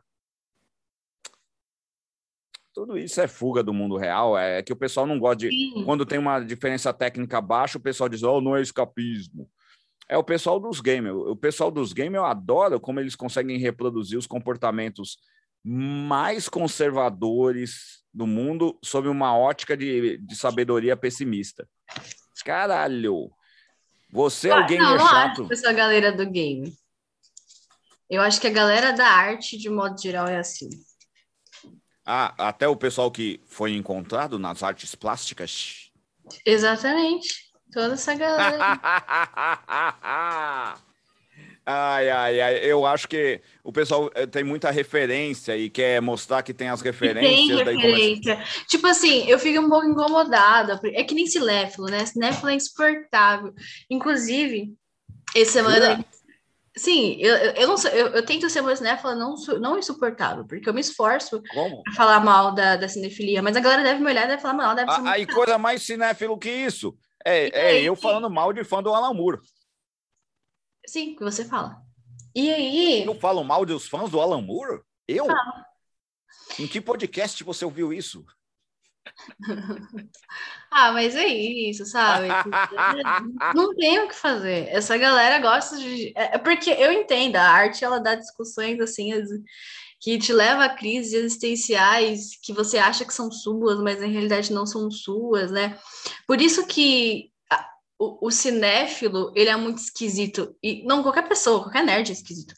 tudo isso é fuga do mundo real. É que o pessoal não gosta de. Sim. Quando tem uma diferença técnica baixa, o pessoal diz: oh, não é escapismo. É o pessoal dos games. O pessoal dos games eu adoro como eles conseguem reproduzir os comportamentos mais conservadores do mundo sob uma ótica de, de sabedoria pessimista. Caralho! Você é o Ah, não, gamer não acho chato. que eu sou a galera do game. Eu acho que a galera da arte, de modo geral, é assim. Ah, até o pessoal que foi encontrado nas artes plásticas. Exatamente. Toda essa galera. Ai, ai, ai. Eu acho que o pessoal eh, tem muita referência e quer mostrar que tem as E tem referências, daí começa. referência. Tipo assim, eu fico um pouco incomodada. É que nem cinéfilo, né? Cinéfilo é insuportável. Inclusive, Essa semana. Jura? Sim, eu, eu, eu não sou, eu, eu tento ser uma cinéfila não, su- não insuportável, porque eu me esforço Como? pra falar mal da, da cinefilia, mas a galera deve me olhar e deve falar mal, deve ser A- muito Aí, chato. coisa mais cinéfilo que isso. E É, é aí, eu falando mal de fã do Alan Moore. sim, o que você fala. E Eu aí, falo mal dos fãs do Alan Moore? Eu? Em que podcast você ouviu isso? ah, mas é isso, sabe? Não tem o que fazer. Essa galera gosta de. É é porque eu entendo, a arte ela dá discussões assim as- que te leva a crises existenciais que você acha que são suas, mas na realidade não são suas, né? Por isso que a- o, o cinéfilo, ele é muito esquisito. E não qualquer pessoa, qualquer nerd é esquisito.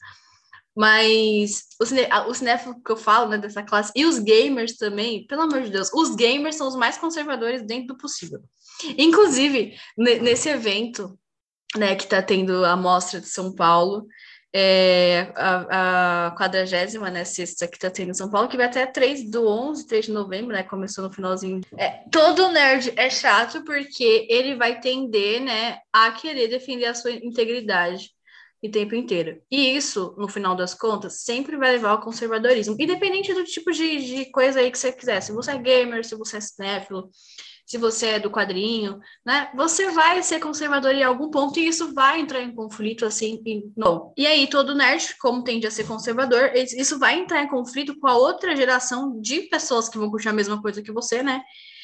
Mas o, cine, a- o cinéfilo que eu falo, né, dessa classe, e os gamers também, pelo amor de Deus, os gamers são os mais conservadores dentro do possível. Inclusive, ne- nesse evento, né, que está tendo a Mostra de São Paulo, é, a, a quadragésima, né, sexta que está tendo em São Paulo, que vai até três do onze, três de novembro, né, começou no finalzinho. É, todo nerd é chato porque ele vai tender, né, a querer defender a sua integridade o tempo inteiro. E isso, no final das contas, sempre vai levar ao conservadorismo, independente do tipo de, de coisa aí que você quiser. Se você é gamer, se você é cinéfilo, se você é do quadrinho, né? Você vai ser conservador em algum ponto e isso vai entrar em conflito assim, e não. E aí todo nerd, como tende a ser conservador, isso vai entrar em conflito com a outra geração de pessoas que vão curtir a mesma coisa que você, né?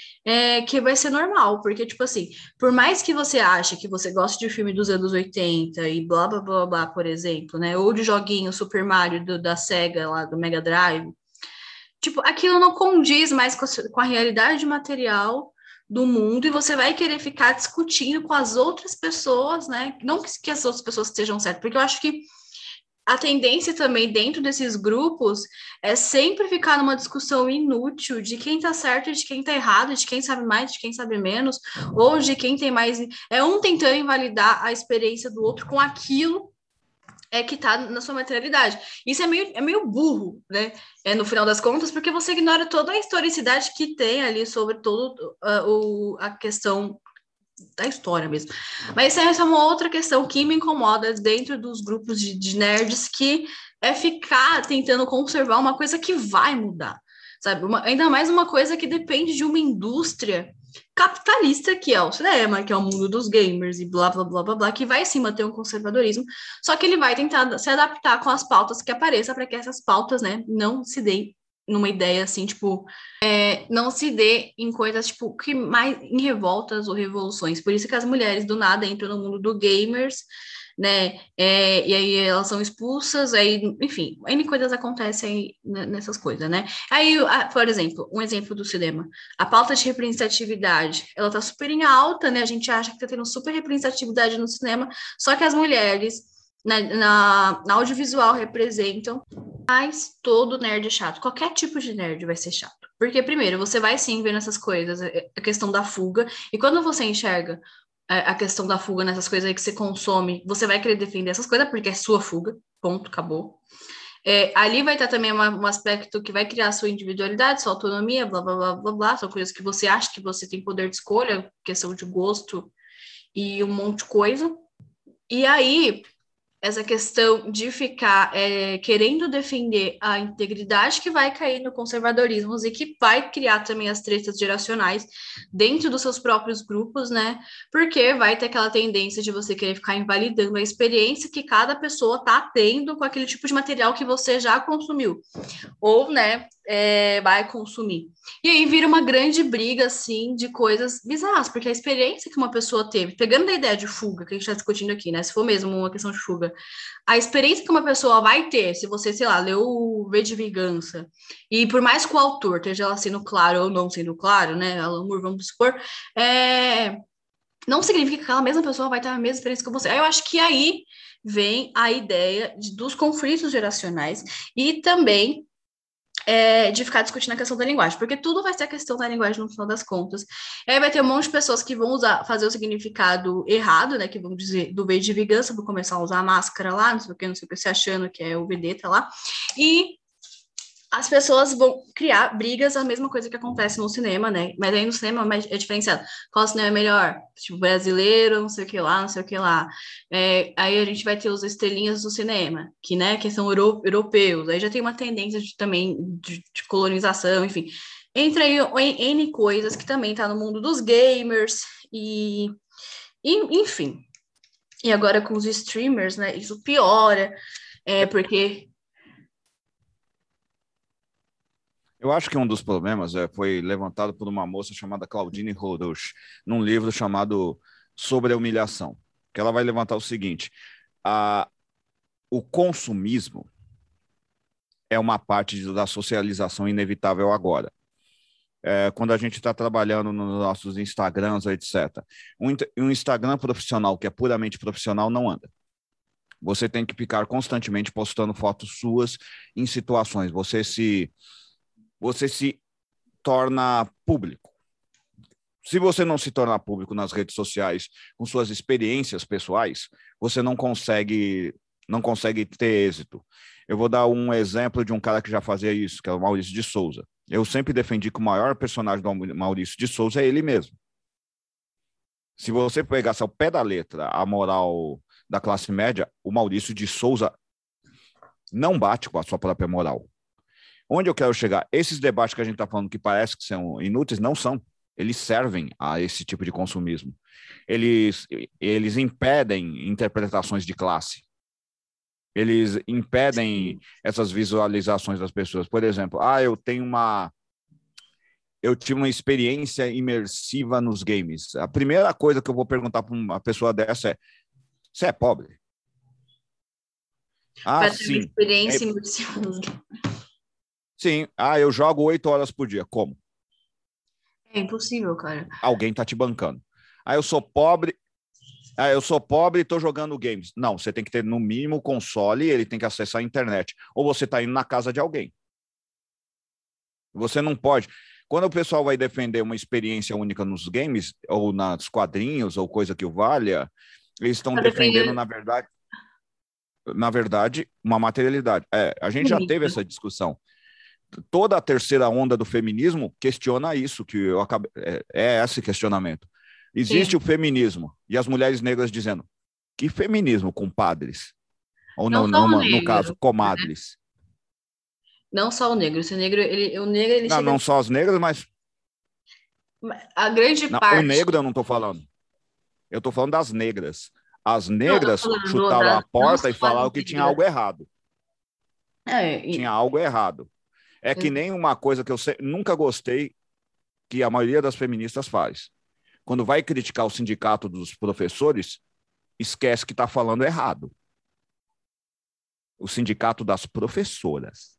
É, que vai ser normal, porque, tipo assim, por mais que você ache que você goste de filme dos anos oitenta e blá blá blá blá, por exemplo, né? Ou de joguinho Super Mario do, da Sega lá do Mega Drive, tipo, aquilo não condiz mais com a, com a realidade material do mundo e você vai querer ficar discutindo com as outras pessoas, né? Não que, que as outras pessoas estejam certas, porque eu acho que a tendência também dentro desses grupos é sempre ficar numa discussão inútil de quem tá certo e de quem tá errado, de quem sabe mais, de quem sabe menos, ou de quem tem mais. É um tentando invalidar a experiência do outro com aquilo é que tá na sua materialidade. Isso é meio, é meio burro, né? É, no final das contas, porque você ignora toda a historicidade que tem ali sobre todo uh, o, a questão da história mesmo. Mas essa é uma outra questão que me incomoda dentro dos grupos de, de nerds, que é ficar tentando conservar uma coisa que vai mudar, sabe? Uma, ainda mais uma coisa que depende de uma indústria capitalista que é o cinema, que é o mundo dos gamers e blá, blá, blá, blá, blá, que vai sim manter um conservadorismo, só que ele vai tentar se adaptar com as pautas que apareçam para que essas pautas, né, não se deem numa ideia assim, tipo, não se dê em coisas, tipo, que mais em revoltas ou revoluções. Por isso que as mulheres do nada entram no mundo do gamers, né? É, e aí elas são expulsas, aí, enfim, N coisas acontecem nessas coisas, né? Aí, por exemplo, um exemplo do cinema, a pauta de representatividade, ela tá super em alta, né? A gente acha que tá tendo super representatividade no cinema, só que as mulheres na, na, na audiovisual representam, mas todo nerd é chato. Qualquer tipo de nerd vai ser chato. Porque, primeiro, você vai sim ver nessas coisas é, a questão da fuga, e quando você enxerga é, a questão da fuga nessas coisas aí que você consome, você vai querer defender essas coisas porque é sua fuga, ponto, acabou. É, ali vai estar também uma, um aspecto que vai criar sua individualidade, sua autonomia, blá, blá, blá, blá, blá, são coisas que você acha que você tem poder de escolha, questão de gosto e um monte de coisa. E aí, essa questão de ficar é, querendo defender a integridade que vai cair no conservadorismo e que vai criar também as tretas geracionais dentro dos seus próprios grupos, né? Porque vai ter aquela tendência de você querer ficar invalidando a experiência que cada pessoa está tendo com aquele tipo de material que você já consumiu ou, né, é, vai consumir. E aí vira uma grande briga, assim, de coisas bizarras, porque a experiência que uma pessoa teve, pegando a ideia de fuga, que a gente está discutindo aqui, né, se for mesmo uma questão de fuga, a experiência que uma pessoa vai ter, se você, sei lá, leu o V de Vingança, e por mais que o autor esteja ela sendo claro ou não sendo claro, né, Alan Moore, vamos supor, é, não significa que aquela mesma pessoa vai ter a mesma experiência que você. Eu acho que aí vem a ideia de, dos conflitos geracionais e também é, de ficar discutindo a questão da linguagem, porque tudo vai ser a questão da linguagem no final das contas. E aí vai ter um monte de pessoas que vão usar, fazer o significado errado, né? Que vão dizer do V de vingança, vou começar a usar a máscara lá, não sei o que, não sei o que, se achando que é o Vedeta lá. E as pessoas vão criar brigas, a mesma coisa que acontece no cinema, né? Mas aí no cinema é diferenciado. Qual cinema é melhor? Tipo, brasileiro, não sei o que lá, não sei o que lá. É, aí a gente vai ter os estrelinhas do cinema, que, né, que são euro, europeus. Aí já tem uma tendência de, também de, de colonização, enfim. Entra aí N coisas que também tá no mundo dos gamers e, e enfim. E agora com os streamers, né? Isso piora, é, porque Eu acho que um dos problemas é, foi levantado por uma moça chamada Claudine Rodoch, num livro chamado Sobre a Humilhação, que ela vai levantar o seguinte: a, o consumismo é uma parte da socialização inevitável agora. É, quando a gente está trabalhando nos nossos Instagrams, etcétera. Um, um Instagram profissional que é puramente profissional não anda. Você tem que ficar constantemente postando fotos suas em situações. Você se, você se torna público. Se você não se tornar público nas redes sociais com suas experiências pessoais, você não consegue, não consegue ter êxito. Eu vou dar um exemplo de um cara que já fazia isso, que é o Maurício de Souza. Eu sempre defendi que o maior personagem do Maurício de Souza é ele mesmo. Se você pegasse ao pé da letra a moral da classe média, o Maurício de Souza não bate com a sua própria moral. Onde eu quero chegar? Esses debates que a gente está falando que parece que são inúteis, não são. Eles servem a esse tipo de consumismo. Eles, eles impedem interpretações de classe. Eles impedem essas visualizações das pessoas. Por exemplo, ah, eu tenho uma... Eu tive uma experiência imersiva nos games. A primeira coisa que eu vou perguntar para uma pessoa dessa é: você é pobre? Ah, para ter uma sim. experiência É... imersiva nos games. Sim. Ah, eu jogo oito horas por dia. Como? É impossível, cara. Alguém tá te bancando. Ah, eu sou pobre. Ah, eu sou pobre e estou jogando games. Não, você tem que ter no mínimo console, ele tem que acessar a internet. Ou você está indo na casa de alguém. Você não pode. Quando o pessoal vai defender uma experiência única nos games, ou nos quadrinhos, ou coisa que o valha, eles estão Tá defendendo, defendendo na verdade, na verdade, uma materialidade. É, a gente já teve essa discussão. Toda a terceira onda do feminismo questiona isso, que eu acabei, é, é esse questionamento. Existe Sim. o feminismo e as mulheres negras dizendo: que feminismo, compadres? Ou Não no, só o no, no caso, negro, comadres. não só o negro. Esse negro, ele, o negro, ele Não, chega não só as negras, mas a grande não, o parte. negro eu não estou falando. Eu estou falando das negras. As Não, eu tô negras falando chutaram das, a não porta só e as falaram que tinha negras. algo errado. É, Tinha e, algo errado. É que nem uma coisa que eu se... nunca gostei que a maioria das feministas faz. Quando vai criticar o sindicato dos professores, esquece que está falando errado. O sindicato das professoras.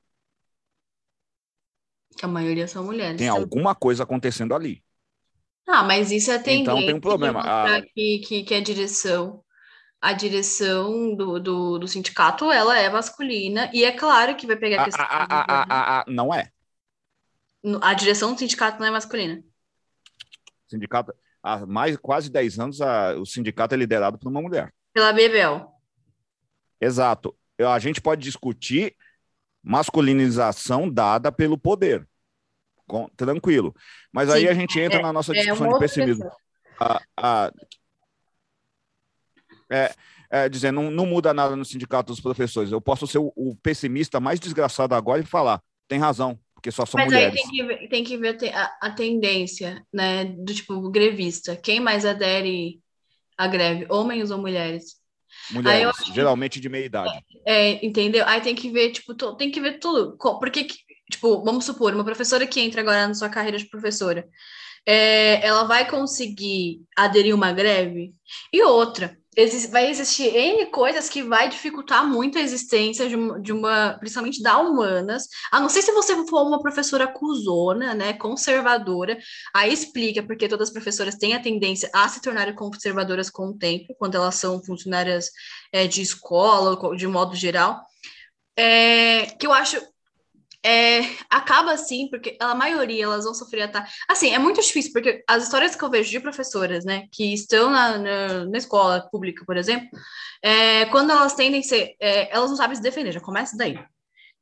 que a maioria são mulheres Tem também. alguma coisa acontecendo ali. Ah, mas isso é Então tem um tendência de problema. mostrar A, que, que, que a direção, a direção do, do, do sindicato, ela é masculina, e é claro que vai pegar a a, questão a, do a, a, a, não é. a direção do sindicato não é masculina. O sindicato, há mais quase dez anos, a, o sindicato é liderado por uma mulher. Pela Bebel. Exato. A gente pode discutir masculinização dada pelo poder. Com, tranquilo. Mas aí Sim, a gente entra na nossa é discussão uma de outra pessimismo. questão. A, a, é, é, dizendo, não, não muda nada no sindicato dos professores. Eu posso ser o, o pessimista mais desgraçado agora e falar: tem razão, porque só são Mas aí tem mulheres. que ver, tem que ver a, te- a- a tendência, né, do tipo grevista. Quem mais adere à greve, homens ou mulheres? Aí eu Mulheres, acho que, geralmente de meia idade. é, entendeu? Aí tem que ver, tipo, to- tem que ver tudo. Co- Porque, que- tipo, vamos supor, uma professora que entra agora na sua carreira de professora, é, ela vai conseguir aderir a uma greve? E outra, exi- vai existir N coisas que vai dificultar muito a existência de uma, de uma, principalmente da humanas, a não ser se você for uma professora cuzona, né, conservadora, aí explica porque todas as professoras têm a tendência a se tornarem conservadoras com o tempo, quando elas são funcionárias, é, de escola, de modo geral, é, que eu acho é, acaba assim, porque a maioria elas vão sofrer ataque. Assim, é muito difícil, porque as histórias que eu vejo de professoras, né, que estão na, na, na escola pública, por exemplo, é, quando elas tendem a ser, é, elas não sabem se defender, já começa daí.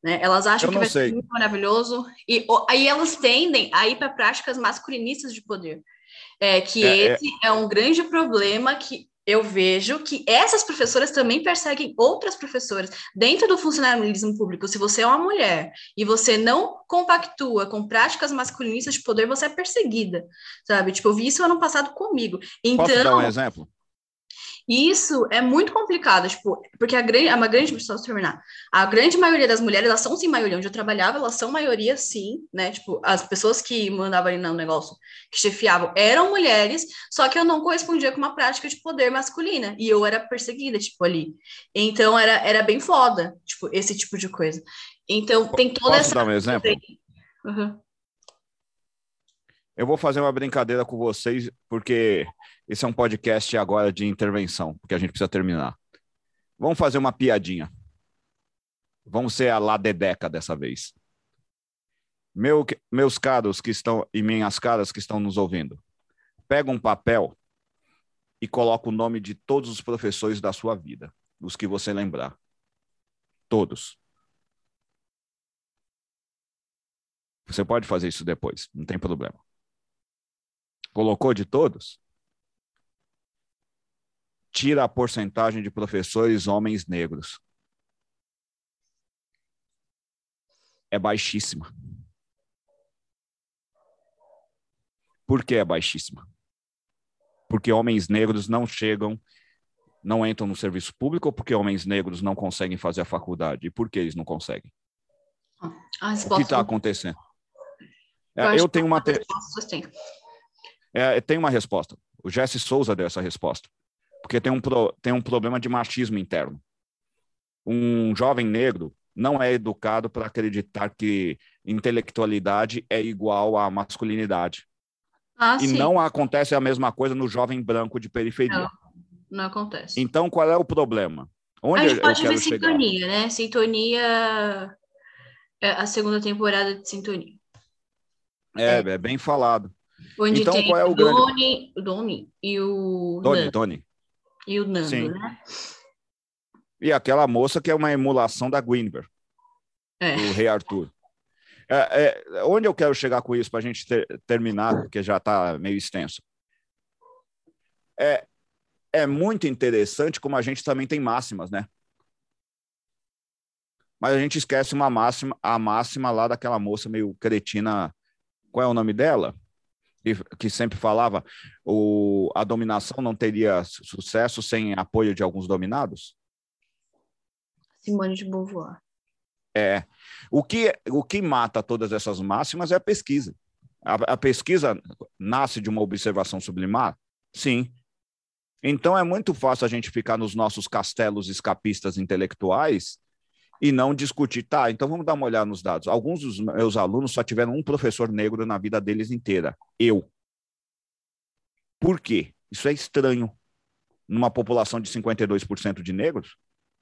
né? Elas acham Eu que não vai ser sei. muito maravilhoso, e o- aí elas tendem a ir para práticas masculinistas de poder. É que É, é, esse é um grande problema que eu vejo que essas professoras também perseguem outras professoras. Dentro do funcionalismo público, se você é uma mulher e você não compactua com práticas masculinistas de poder, você é perseguida, sabe? Tipo, eu vi isso ano passado comigo. posso Então, dar um exemplo? e isso é muito complicado, tipo, porque a grande, a uma grande, só terminar, a grande maioria das mulheres, elas são sim maioria, onde eu trabalhava, elas são maioria sim, né, tipo, as pessoas que mandavam ali no negócio, que chefiavam, eram mulheres, só que eu não correspondia com uma prática de poder masculina, e eu era perseguida, tipo, ali, então era, era bem foda, tipo, esse tipo de coisa, então tem toda Posso essa... dar um exemplo? Uhum. Eu vou fazer uma brincadeira com vocês, porque esse é um podcast agora de intervenção, porque a gente precisa terminar. Vamos fazer uma piadinha. Vamos ser a lá Dedeca dessa vez. Meu, meus caros que estão e minhas caras que estão nos ouvindo, pega um papel e coloca o nome de todos os professores da sua vida, os que você lembrar. Todos. Você pode fazer isso depois, não tem problema. Colocou de todos? Tira a porcentagem de professores homens negros. É baixíssima. Por que é baixíssima? Porque homens negros não chegam, não entram no serviço público, ou porque homens negros não conseguem fazer a faculdade? E por que eles não conseguem? A O que está resposta, acontecendo? eu É, acho eu que tenho uma, a te... resposta tem. é, tenho uma resposta. O Jesse Souza deu essa resposta. Porque tem um, pro... tem um problema de machismo interno. Um jovem negro não é educado para acreditar que intelectualidade é igual à masculinidade. Ah, E sim, não acontece a mesma coisa no jovem branco de não, periferia. não acontece. Então, qual é o problema? A Onde gente eu pode ver quero chegar? Sintonia, né? Sintonia, é a segunda temporada de Sintonia. É, É, é bem falado. onde Então, tem qual é o o grande... Doni, o Doni e o Tony, Nando, Tony, e o Nando, sim. né? E aquela moça que é uma emulação da Guinevere, É. do Rei Arthur. É, é, onde eu quero chegar com isso para a gente ter, terminar, porque já está meio extenso? É, é muito interessante como a gente também tem máximas, né? Mas a gente esquece uma máxima, a máxima lá daquela moça meio cretina. Qual é o nome dela? Que, que sempre falava o, a dominação não teria sucesso sem apoio de alguns dominados? Simone de Beauvoir. É. O que, o que mata todas essas máximas é a pesquisa. A, a pesquisa nasce de uma observação sublimar? Sim. Então é muito fácil a gente ficar nos nossos castelos escapistas intelectuais e não discutir. Tá, então vamos dar uma olhada nos dados. Alguns dos meus alunos só tiveram um professor negro na vida deles inteira. Eu. Por quê? Isso é estranho. Numa população de cinquenta e dois por cento de negros?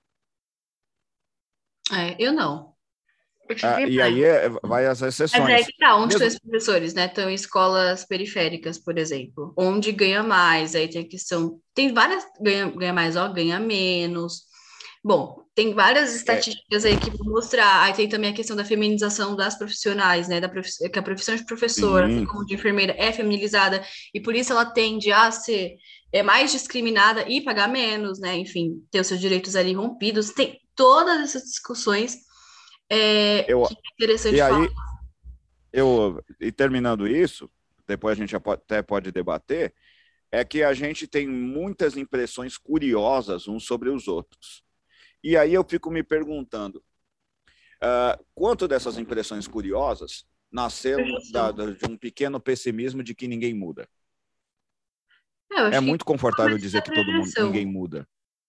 É, eu não. Eu Ah, tive e mais. aí é, vai as Mas é exceções. que tá, onde estão Mesmo, esses professores, né? Estão em escolas periféricas, por exemplo, onde ganha mais, aí tem a questão, tem várias, ganha, ganha mais, ó, ganha menos. Bom, tem várias é, estatísticas aí que vão mostrar. Aí tem também a questão da feminização das profissionais, né? Da prof... Que a profissão de professora, assim sim, como de enfermeira, é feminilizada, e por isso ela tende a ser é, mais discriminada e pagar menos, né? Enfim, ter os seus direitos ali rompidos. Tem todas essas discussões é, eu, que é interessante e falar. aí eu e terminando isso, depois a gente até pode debater, é que a gente tem muitas impressões curiosas uns sobre os outros. E aí eu fico me perguntando, uh, quanto dessas impressões curiosas nasceram da, da, de um pequeno pessimismo de que ninguém muda? É, eu É acho que muito confortável começa dizer a que todo mundo, ninguém projeção. muda.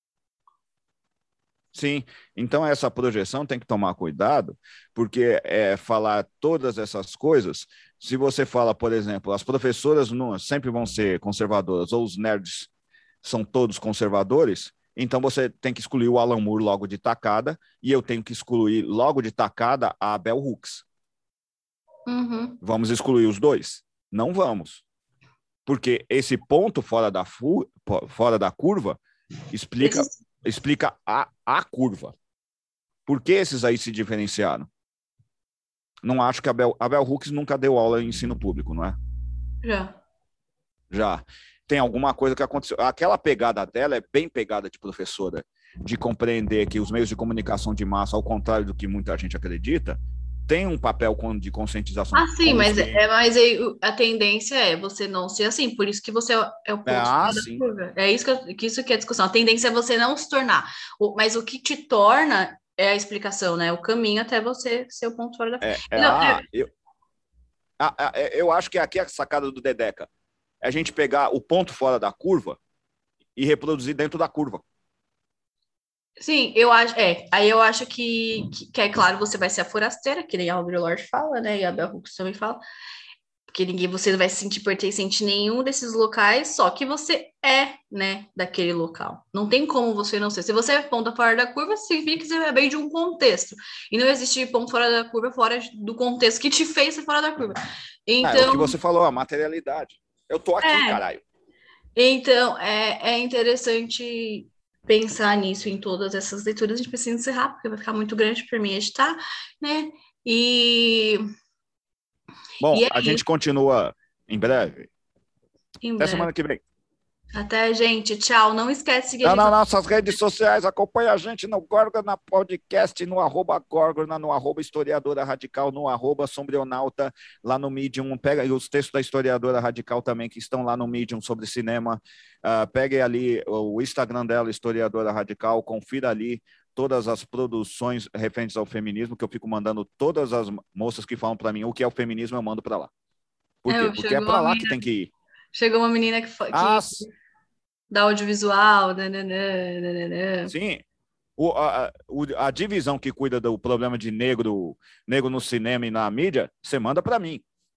Sim, então essa projeção tem que tomar cuidado, porque é, falar todas essas coisas, se você fala, por exemplo, as professoras não, sempre vão ser conservadoras, ou os nerds são todos conservadores, então você tem que excluir o Alan Moore logo de tacada, e eu tenho que excluir logo de tacada a Bell Hooks. Uhum. Vamos excluir os dois? Não vamos, porque esse ponto fora da, fu fora da curva explica, Esses, explica a, a curva. Por que esses aí se diferenciaram? Não acho que a Bell, a Bell Hooks nunca deu aula em ensino público, não é? Já. Já. Tem alguma coisa que aconteceu. Aquela pegada dela é bem pegada de professora, de compreender que os meios de comunicação de massa, ao contrário do que muita gente acredita, tem um papel de conscientização. Ah, sim, mas, é, mas aí a tendência é você não ser assim, por isso que você é, é o ponto ah, da sim. curva. É isso que, eu, que isso que é a discussão. A tendência é você não se tornar. O, mas o que te torna é a explicação, né? O caminho até você ser o ponto fora da curva. É, é, Não, ah, é... eu, ah, eu acho que aqui é a sacada do Dedeca. É a gente pegar o ponto fora da curva e reproduzir dentro da curva. Sim, eu acho, é, aí eu acho que, que, que é claro, você vai ser a forasteira, que nem a Audre Lorde fala, né, e a Bell Hooks também fala, porque ninguém, você não vai se sentir pertencente em nenhum desses locais, só que você é, né, daquele local. Não tem como você não ser. Se você é ponta fora da curva, significa que você é bem de um contexto, e não existe ponto fora da curva fora do contexto que te fez ser fora da curva. Então, ah, é o que você falou, a materialidade. Eu tô aqui, é, caralho. Então, é, é interessante pensar nisso em todas essas leituras. A gente precisa encerrar, porque vai ficar muito grande para mim editar, né? E, Bom, e é a gente isso, continua em breve. em Até breve. semana que vem. Até, gente. Tchau. Não esquece de seguir a Não, gente nas lá. nossas redes sociais, acompanha a gente no Górgona Podcast, no arroba Górgona, no arroba Historiadora Radical, no arroba Sombrionauta, lá no Medium. Pega os textos da Historiadora Radical também, que estão lá no Medium sobre cinema. Uh, pegue ali o Instagram dela, Historiadora Radical, confira ali todas as produções referentes ao feminismo, que eu fico mandando todas as moças que falam para mim o que é o feminismo, eu mando para lá. Por quê? É, Porque é chegou para uma lá que menina, tem que ir. chegou uma menina que, fa- Ah, que dá audiovisual, nananã, nananã. sim. O, a, o, a divisão que cuida do problema de negro, negro no cinema e na mídia, você manda para mim.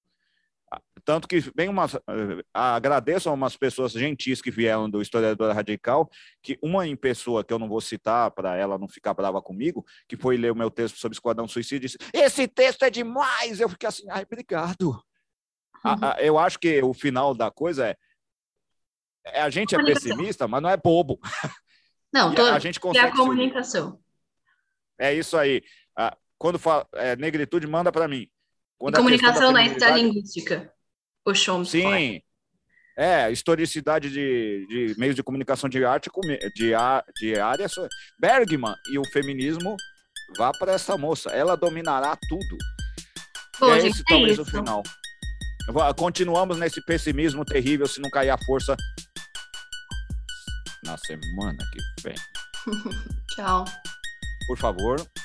Tanto que vem umas, uh, agradeço a umas pessoas gentis que vieram do Historiador Radical, que uma em pessoa, que eu não vou citar para ela não ficar brava comigo, que foi ler o meu texto sobre Esquadrão Suicida e disse, esse texto é demais! Eu fiquei assim, ai, obrigado. A, a, eu acho que o final da coisa é, é a gente é Comunicação. pessimista, mas não é bobo. Não, E tô, a, a gente é a consegue se unir. comunicação. É isso aí. Ah, quando fala é, negritude, manda para mim. E Quando a questão da comunicação na feminilidade, extralinguística. O Chomsky. sim, é historicidade de, de meios de comunicação de arte de, de área. Bergman e o feminismo, vá para essa moça, ela dominará tudo. Bom, é gente, esse é talvez isso. o final. Continuamos nesse pessimismo terrível se não cair a força na semana que vem. Tchau. Por favor.